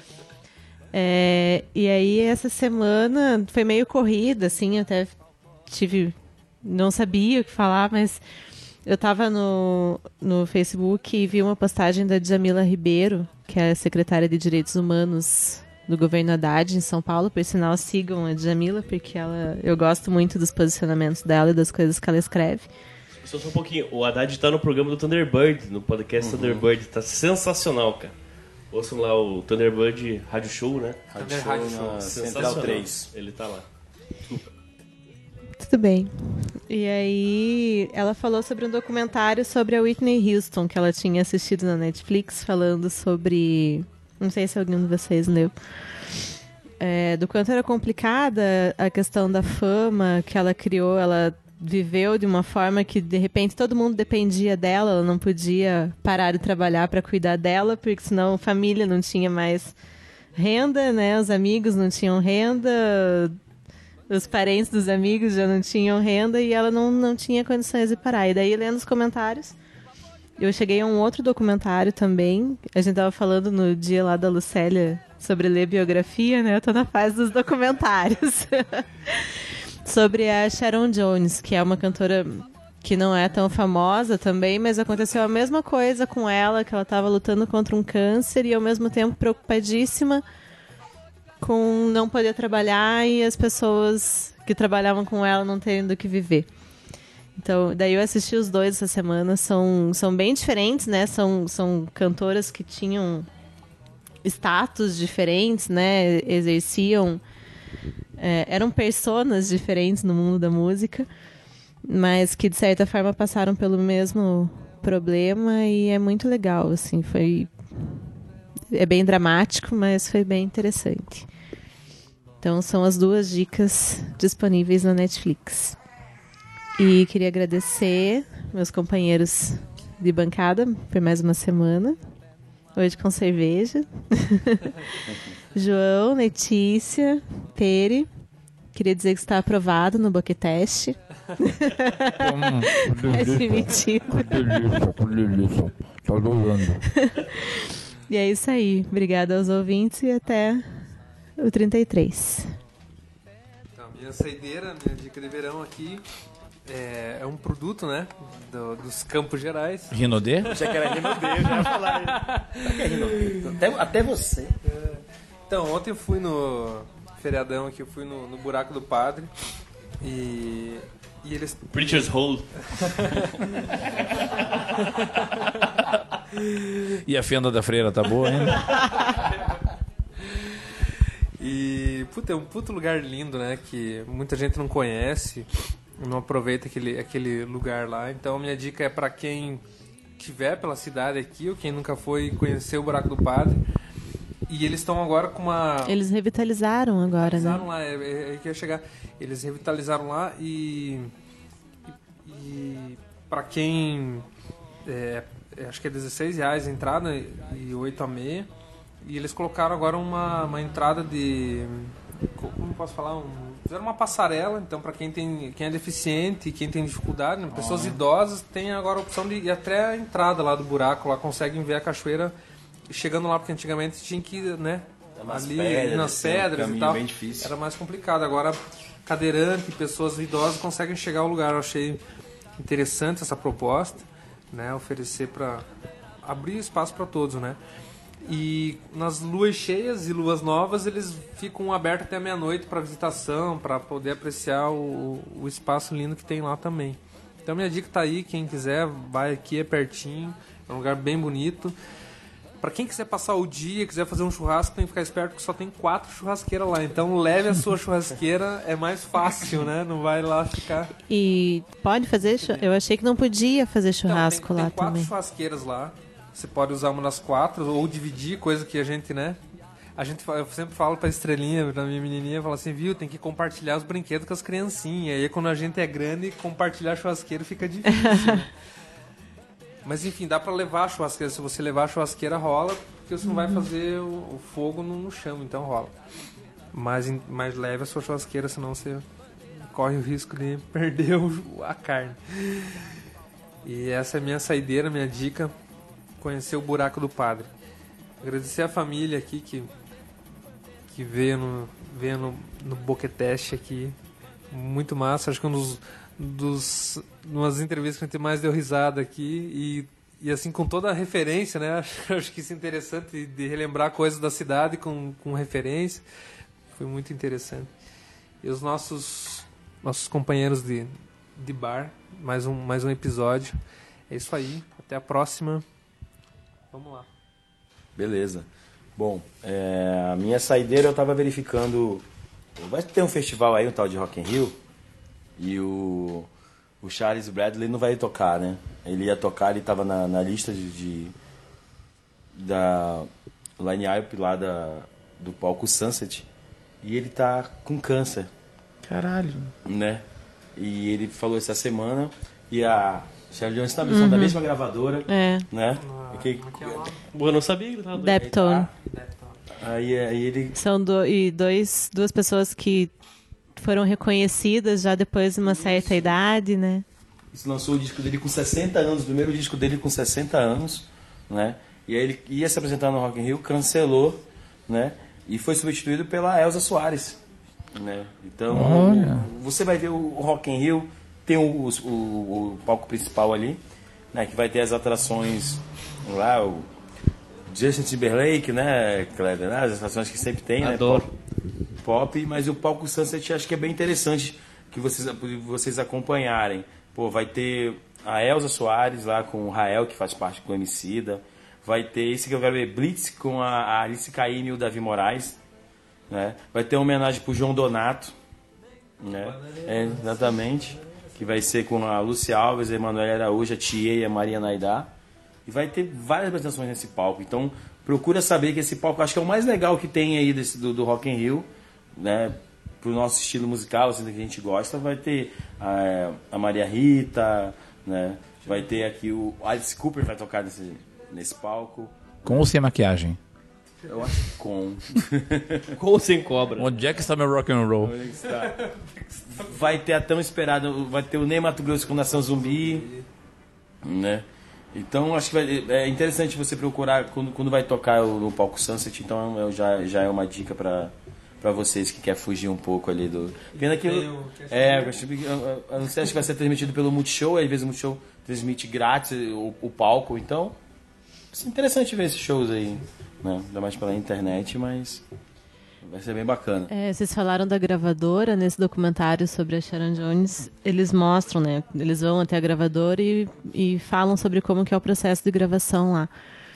É, e aí, essa semana foi meio corrida, assim, eu até tive... Não sabia o que falar, mas eu estava no, no Facebook e vi uma postagem da Djamila Ribeiro, que é a secretária de Direitos Humanos do governo Haddad, em São Paulo. Por sinal, sigam a Djamila, porque ela, eu gosto muito dos posicionamentos dela e das coisas que ela escreve. Só, só um pouquinho, o Haddad tá no programa do Thunderbird, no podcast uhum. Thunderbird, tá sensacional, cara. Ouçam lá o Thunderbird Rádio Show, né? Rádio Show, Rádio Show. Central três. Ele tá lá. Desculpa. Tudo bem. E aí, ela falou sobre um documentário sobre a Whitney Houston, que ela tinha assistido na Netflix, falando sobre... Não sei se alguém de vocês leu. É, do quanto era complicada a questão da fama que ela criou. Ela viveu de uma forma que, de repente, todo mundo dependia dela. Ela não podia parar de trabalhar para cuidar dela, porque senão a família não tinha mais renda, né? Os amigos não tinham renda, os parentes dos amigos já não tinham renda e ela não, não tinha condições de parar. E daí, lendo os comentários, eu cheguei a um outro documentário também. A gente tava falando no dia lá da Lucélia sobre ler biografia, né? Eu tô na fase dos documentários. Sobre a Sharon Jones, que é uma cantora que não é tão famosa também, mas aconteceu a mesma coisa com ela, que ela estava lutando contra um câncer e ao mesmo tempo preocupadíssima com não poder trabalhar e as pessoas que trabalhavam com ela não terem do que viver. Então, daí eu assisti os dois essa semana, são, são bem diferentes, né? São, são cantoras que tinham status diferentes, né? Exerciam... É, eram personas diferentes no mundo da música, mas que, de certa forma, passaram pelo mesmo problema e é muito legal, assim, foi... É bem dramático, mas foi bem interessante. Então, são as duas dicas disponíveis na Netflix. E queria agradecer meus companheiros de bancada por mais uma semana. Hoje com cerveja. João, Letícia, Tere. Queria dizer que está aprovado no Boqueteste. Parece mentira. Tá doando. E é isso aí. Obrigada aos ouvintes e até o trinta e três. Então, minha saideira, minha dica de verão aqui é, é um produto, né, do- dos Campos Gerais. Rinodê? Já que era Rinodê, eu já ia falar. Será que é Rinodê? Até, até você. Então, ontem eu fui no feriadão aqui, eu fui no, no Buraco do Padre e, e eles... Preacher's Hole. E a fenda da freira tá boa ainda? E, puta, é um puto lugar lindo, né, que muita gente não conhece, não aproveita aquele, aquele lugar lá. Então, minha dica é pra quem tiver pela cidade aqui, ou quem nunca foi conhecer o Buraco do Padre. E eles estão agora com uma... Eles revitalizaram agora, né? Revitalizaram lá, é, é, é aí que eu ia chegar. Eles revitalizaram lá e... E, e para quem... É, é, acho que é dezesseis reais a entrada e oito a meia. E eles colocaram agora uma, uma entrada de... Como posso falar? Um, fizeram uma passarela, então para quem, tem, quem é deficiente e quem tem dificuldade, né, pessoas idosas, tem agora a opção de ir até a entrada lá do buraco, lá conseguem ver a cachoeira chegando lá, porque antigamente tinha que ir, né, Nas ali pedras, nas assim, um pedras e caminho tal. bem difícil. Era mais complicado. Agora, cadeirante, pessoas idosas conseguem chegar ao lugar. Eu achei interessante essa proposta, né, oferecer para abrir espaço para todos, né. E nas luas cheias e luas novas eles ficam abertos até meia-noite para visitação, para poder apreciar o, o espaço lindo que tem lá também. Então minha dica tá aí, quem quiser vai aqui, é pertinho, é um lugar bem bonito. Para quem quiser passar o dia, quiser fazer um churrasco, tem que ficar esperto porque só tem quatro churrasqueiras lá. Então leve a sua churrasqueira, é mais fácil, né? Não vai lá ficar... E pode fazer... chu- Eu achei que não podia fazer churrasco Então, tem, lá tem quatro também. churrasqueiras lá. Você pode usar uma das quatro ou dividir, coisa que a gente, né? A gente, fa- eu sempre falo pra Estrelinha, pra minha menininha, falo assim, viu, tem que compartilhar os brinquedos com as criancinhas. E aí quando a gente é grande, compartilhar churrasqueiro fica difícil. né? Mas enfim, dá pra levar a churrasqueira. Se você levar a churrasqueira, rola, porque você não vai fazer o, o fogo no, no chão, então rola. Mas, em- mas leve a sua churrasqueira, senão você corre o risco de perder o- a carne. E essa é a minha saideira, minha dica, conhecer o Buraco do Padre. Agradecer a família aqui que, que veio no, veio no, no Boqueteste aqui. Muito massa, acho que um dos, dos umas entrevistas que a gente mais deu risada aqui e, e assim com toda a referência, né? Acho, acho que isso é interessante de relembrar coisas da cidade com, com referência. Foi muito interessante. E os nossos nossos companheiros de, de bar, mais um, mais um episódio. É isso aí, até a próxima. Vamos lá. Beleza. Bom, é, a minha saideira eu tava verificando. Vai ter um festival aí, um tal de Rock in Rio. E o, o Charles Bradley não vai tocar, né? Ele ia tocar, ele tava na, na lista de, de da line-up lá da, do palco Sunset. E ele tá com câncer, Caralho. né? E ele falou essa semana. E a Charlie Jones também são da mesma gravadora, É, né? E que- Boa, eu não sabia que ele tava doente. Deptone. aí, aí ele São do, e dois, duas pessoas que foram reconhecidas já depois de uma certa idade, né? Isso lançou o disco dele com sessenta anos, o primeiro disco dele com sessenta anos, né? E aí ele ia se apresentar no Rock in Rio, cancelou, né? E foi substituído pela Elza Soares, né? Então, Olha. você vai ver o Rock in Rio, tem o, o, o palco principal ali, né? Que vai ter as atrações lá, o Justin Timberlake, né, Kleber? Né? As atrações que sempre tem, né? Adoro. Pop, pop, mas o palco Sunset acho que é bem interessante que vocês, vocês acompanharem. Pô, vai ter a Elza Soares lá com o Rael, que faz parte do Emicida. Vai ter esse que eu quero ver, Blitz, com a, a Alice Caymmi e o Davi Moraes. Né? Vai ter uma homenagem pro João Donato. Né? É, exatamente. Que vai ser com a Lúcia Alves, a Emanuele Araújo, a Tia e a Maria Naidá. E vai ter várias apresentações nesse palco. Então, procura saber que esse palco, acho que é o mais legal que tem aí desse, do, do Rock in Rio, né? Pro nosso estilo musical, assim, que a gente gosta. Vai ter a, a Maria Rita, né? Vai ter aqui o Alice Cooper vai tocar nesse, nesse palco. Com ou sem maquiagem? Eu acho que com. Com ou sem cobra? Onde é que está meu rock and roll? Vai ter a tão esperada, vai ter o Ney Mato Grosso com Nação Zumbi, né? Então acho que vai, é interessante você procurar quando, quando vai tocar no palco Sunset. Então eu já, já é uma dica para para vocês que quer fugir um pouco ali do. Pena que eu, é, eu, eu, eu não sei, acho que vai ser transmitido pelo Multishow, às vezes o Multishow transmite grátis o, o palco, então é interessante ver esses shows aí, né? Ainda mais pela internet, mas vai ser bem bacana. É, vocês falaram da gravadora nesse documentário sobre a Sharon Jones. Eles mostram, né? Eles vão até a gravadora e, e falam sobre como que é o processo de gravação lá.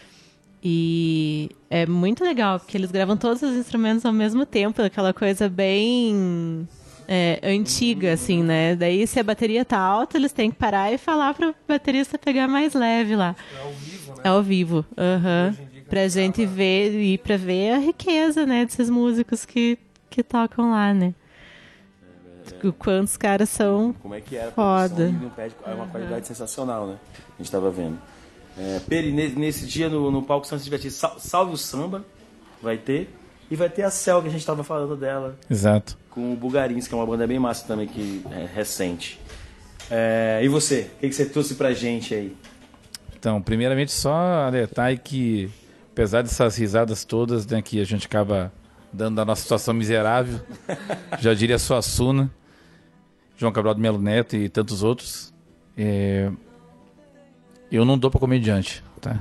E é muito legal, porque eles gravam todos os instrumentos ao mesmo tempo, aquela coisa bem é, antiga, assim, né? Daí, se a bateria tá alta, eles têm que parar e falar pro baterista pegar mais leve lá. É ao vivo, né? É ao vivo, aham. Uhum. Pra gente ver e pra ver a riqueza, né, desses músicos que, que tocam lá, né? É, é, Quantos caras são como é que era a foda. Não pede, é uma qualidade uhum. sensacional, né? A gente tava vendo. É, Peri, nesse dia no, no palco Santos vai ter Salve o Samba, vai ter, e vai ter a Cel, que a gente tava falando dela. Exato. Com o Bugarins, que é uma banda bem massa também, que é recente. É, e você? O que, que você trouxe pra gente aí? Então, primeiramente só alertar aí que apesar dessas risadas todas, né, que a gente acaba dando da nossa situação miserável, já diria Suassuna, João Cabral de Melo Neto e tantos outros, é... eu não dou pra comediante, tá?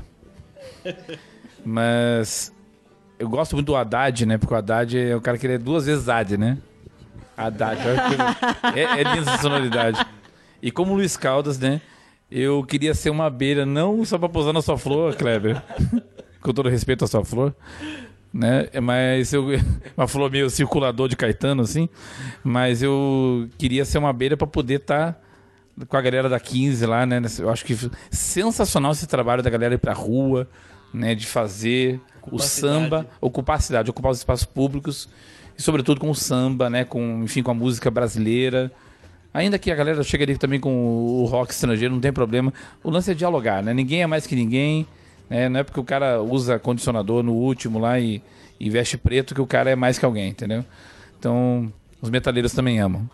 Mas eu gosto muito do Haddad, né? Porque o Haddad é o cara que ele é duas vezes Haddad, né? Haddad, é, é linda essa sonoridade. E como o Luiz Caldas, né? Eu queria ser uma abelha, não só pra pousar na sua flor, Kleber. Com todo respeito à sua flor, né? Mas eu, uma flor meio circulador de Caetano, assim. Mas eu queria ser uma abelha para poder estar tá com a galera da quinze lá, né? Eu acho que sensacional esse trabalho da galera ir pra rua, né? De fazer o samba, ocupar a cidade, ocupar os espaços públicos e sobretudo com o samba, né? Com, enfim, com a música brasileira. Ainda que a galera chegue ali também com o rock estrangeiro, não tem problema. O lance é dialogar, né? Ninguém é mais que ninguém. É, não é porque o cara usa condicionador no último lá e, e veste preto que o cara é mais que alguém, entendeu? Então, os metaleiros também amam.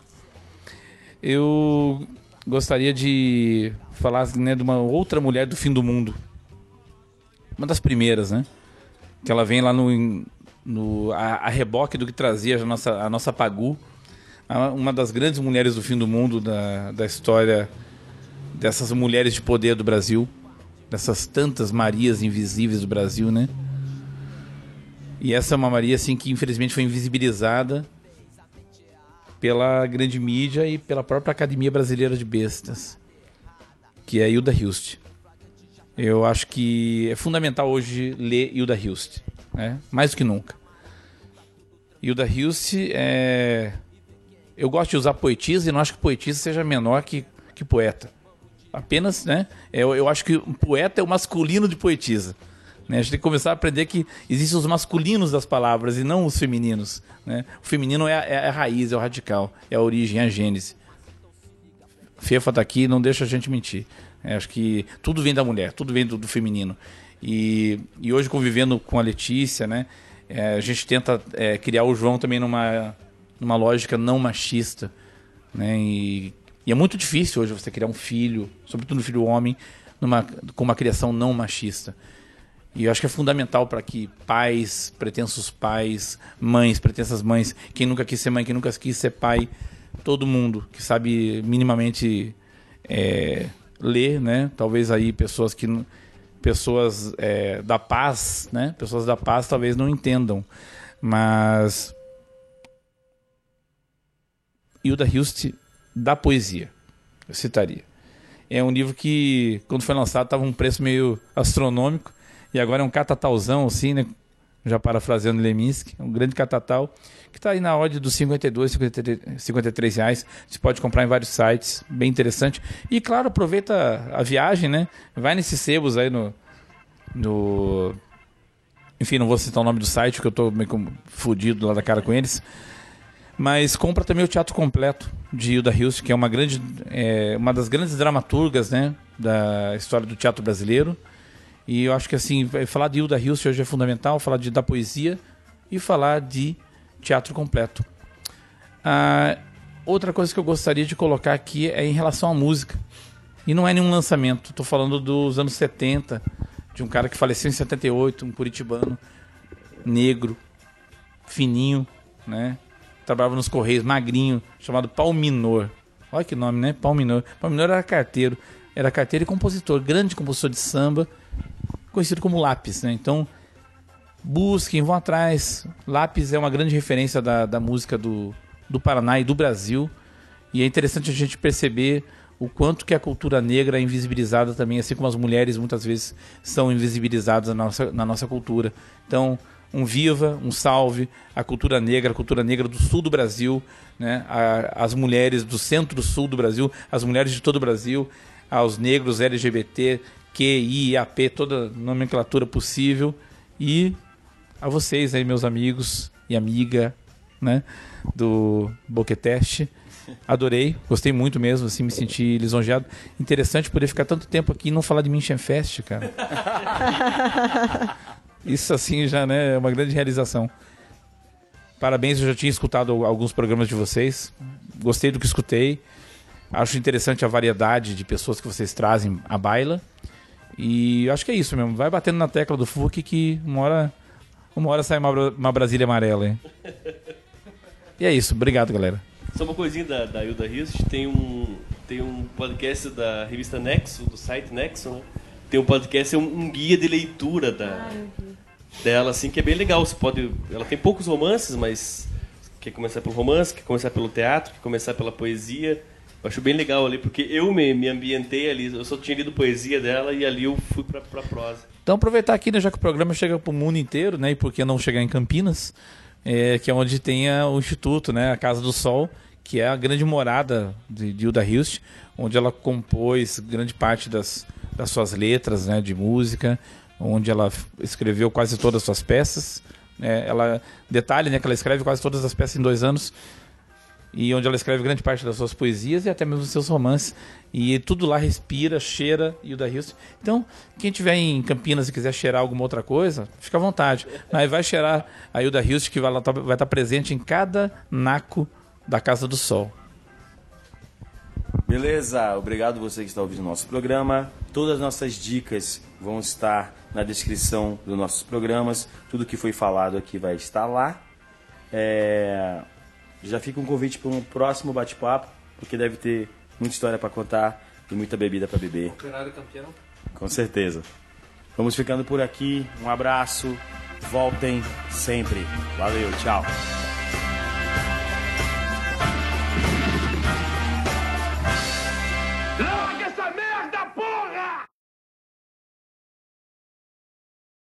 Eu gostaria de falar, né, de uma outra mulher do fim do mundo. Uma das primeiras, né? Que ela vem lá no, no a, a reboque do que trazia a nossa, a nossa Pagu. Uma das grandes mulheres do fim do mundo da, da história dessas mulheres de poder do Brasil. Dessas tantas Marias invisíveis do Brasil, né? E essa é uma Maria, assim, que infelizmente foi invisibilizada pela grande mídia e pela própria Academia Brasileira de Bestas, que é a Hilda Hilst. Eu acho que é fundamental hoje ler Hilda Hilst, né? Mais do que nunca. Hilda Hilst é... Eu gosto de usar poetisa e não acho que poetisa seja menor que, que poeta. Apenas, né? Eu, eu acho que um poeta é o masculino de poetisa. Né? A gente tem que começar a aprender que existem os masculinos das palavras e não os femininos. Né? O feminino é a, é a raiz, é o radical, é a origem, é a gênese. Fefa tá aqui, não deixa a gente mentir. É, acho que tudo vem da mulher, tudo vem do, do feminino. E, e hoje, convivendo com a Letícia, né? É, a gente tenta é, criar o João também numa, numa lógica não machista. Né? E E é muito difícil hoje você criar um filho, sobretudo um filho homem, numa, com uma criação não machista. E eu acho que é fundamental para que pais, pretensos pais, mães, pretensas mães, quem nunca quis ser mãe, quem nunca quis ser pai, todo mundo que sabe minimamente é, ler, né? Talvez aí pessoas que pessoas é, da paz, né? Pessoas da paz talvez não entendam, mas Hilda Hilst da poesia, eu citaria. É um livro que, quando foi lançado, estava um preço meio astronômico. e agora é um catatauzão, assim, né? Já parafraseando Leminski, um grande catatal, que está aí na ordem dos cinquenta e dois, cinquenta e três reais. Você pode comprar em vários sites, bem interessante. E, claro, aproveita a viagem, né? Vai nesses sebos aí no... no... Enfim, não vou citar o nome do site, porque eu estou meio fudido lá da cara com eles. Mas compra também o Teatro Completo, de Hilda Hilst, que é uma, grande, é, uma das grandes dramaturgas, né, da história do teatro brasileiro. E eu acho que assim, falar de Hilda Hilst hoje é fundamental, falar de, da poesia e falar de teatro completo. Ah, outra coisa que eu gostaria de colocar aqui é em relação à música. E não é nenhum lançamento, estou falando dos anos setenta, de um cara que faleceu em setenta e oito, um curitibano, negro, fininho, né? Trabalhava nos Correios, magrinho, chamado Palminor. Olha que nome, né? Palminor. Palminor era carteiro, era carteiro e compositor, grande compositor de samba, conhecido como Lápis, né? Então, busquem, vão atrás. Lápis é uma grande referência da, da música do, do Paraná e do Brasil. E é interessante a gente perceber o quanto que a cultura negra é invisibilizada também, assim como as mulheres muitas vezes são invisibilizadas na nossa, na nossa cultura. Então, um viva, um salve à cultura negra, a cultura negra do sul do Brasil, né? a, as mulheres do centro-sul do Brasil, as mulheres de todo o Brasil, aos negros L G B T, Q I A P, toda nomenclatura possível, e a vocês aí, meus amigos e amiga, né, do Boqueteste. Adorei, gostei muito mesmo, assim, me senti lisonjeado. Interessante poder ficar tanto tempo aqui e não falar de Münchenfest, cara. Isso, assim, já, né, é uma grande realização. Parabéns, eu já tinha escutado alguns programas de vocês. Gostei do que escutei. Acho interessante a variedade de pessoas que vocês trazem à baila. E acho que é isso mesmo. Vai batendo na tecla do F U C que uma hora, uma hora sai uma, uma Brasília amarela, hein? E é isso. Obrigado, galera. Só uma coisinha da, da Hilda Hilst. Tem um, tem um podcast da revista Nexo, do site Nexo, né? Tem um podcast, é um, um guia de leitura da, dela, assim, que é bem legal. Você pode, ela tem poucos romances, mas quer começar pelo romance, quer começar pelo teatro, quer começar pela poesia. Eu acho bem legal ali, porque eu me, me ambientei ali, eu só tinha lido poesia dela e ali eu fui pra, pra prosa. Então aproveitar aqui, né, já que o programa chega pro mundo inteiro, né, e por que não chegar em Campinas, é, que é onde tem a, o Instituto, né, a Casa do Sol, que é a grande morada de, de Hilda Hilst, onde ela compôs grande parte das, das suas letras, né, de música, onde ela escreveu quase todas as suas peças. Né, ela, detalhe, né, que ela escreve quase todas as peças em dois anos, e onde ela escreve grande parte das suas poesias e até mesmo seus romances. E tudo lá respira, cheira Hilda Hilst. Então, quem estiver em Campinas e quiser cheirar alguma outra coisa, fica à vontade. Aí vai cheirar a Hilda Hilst, que vai, vai estar presente em cada naco da Casa do Sol. Beleza, obrigado você que está ouvindo o nosso programa. Todas as nossas dicas vão estar na descrição dos nossos programas. Tudo que foi falado aqui vai estar lá. É... Já fica um convite para um próximo bate-papo, porque deve ter muita história para contar e muita bebida para beber. Operário campeão. Com certeza. Vamos ficando por aqui. Um abraço. Voltem sempre. Valeu, tchau.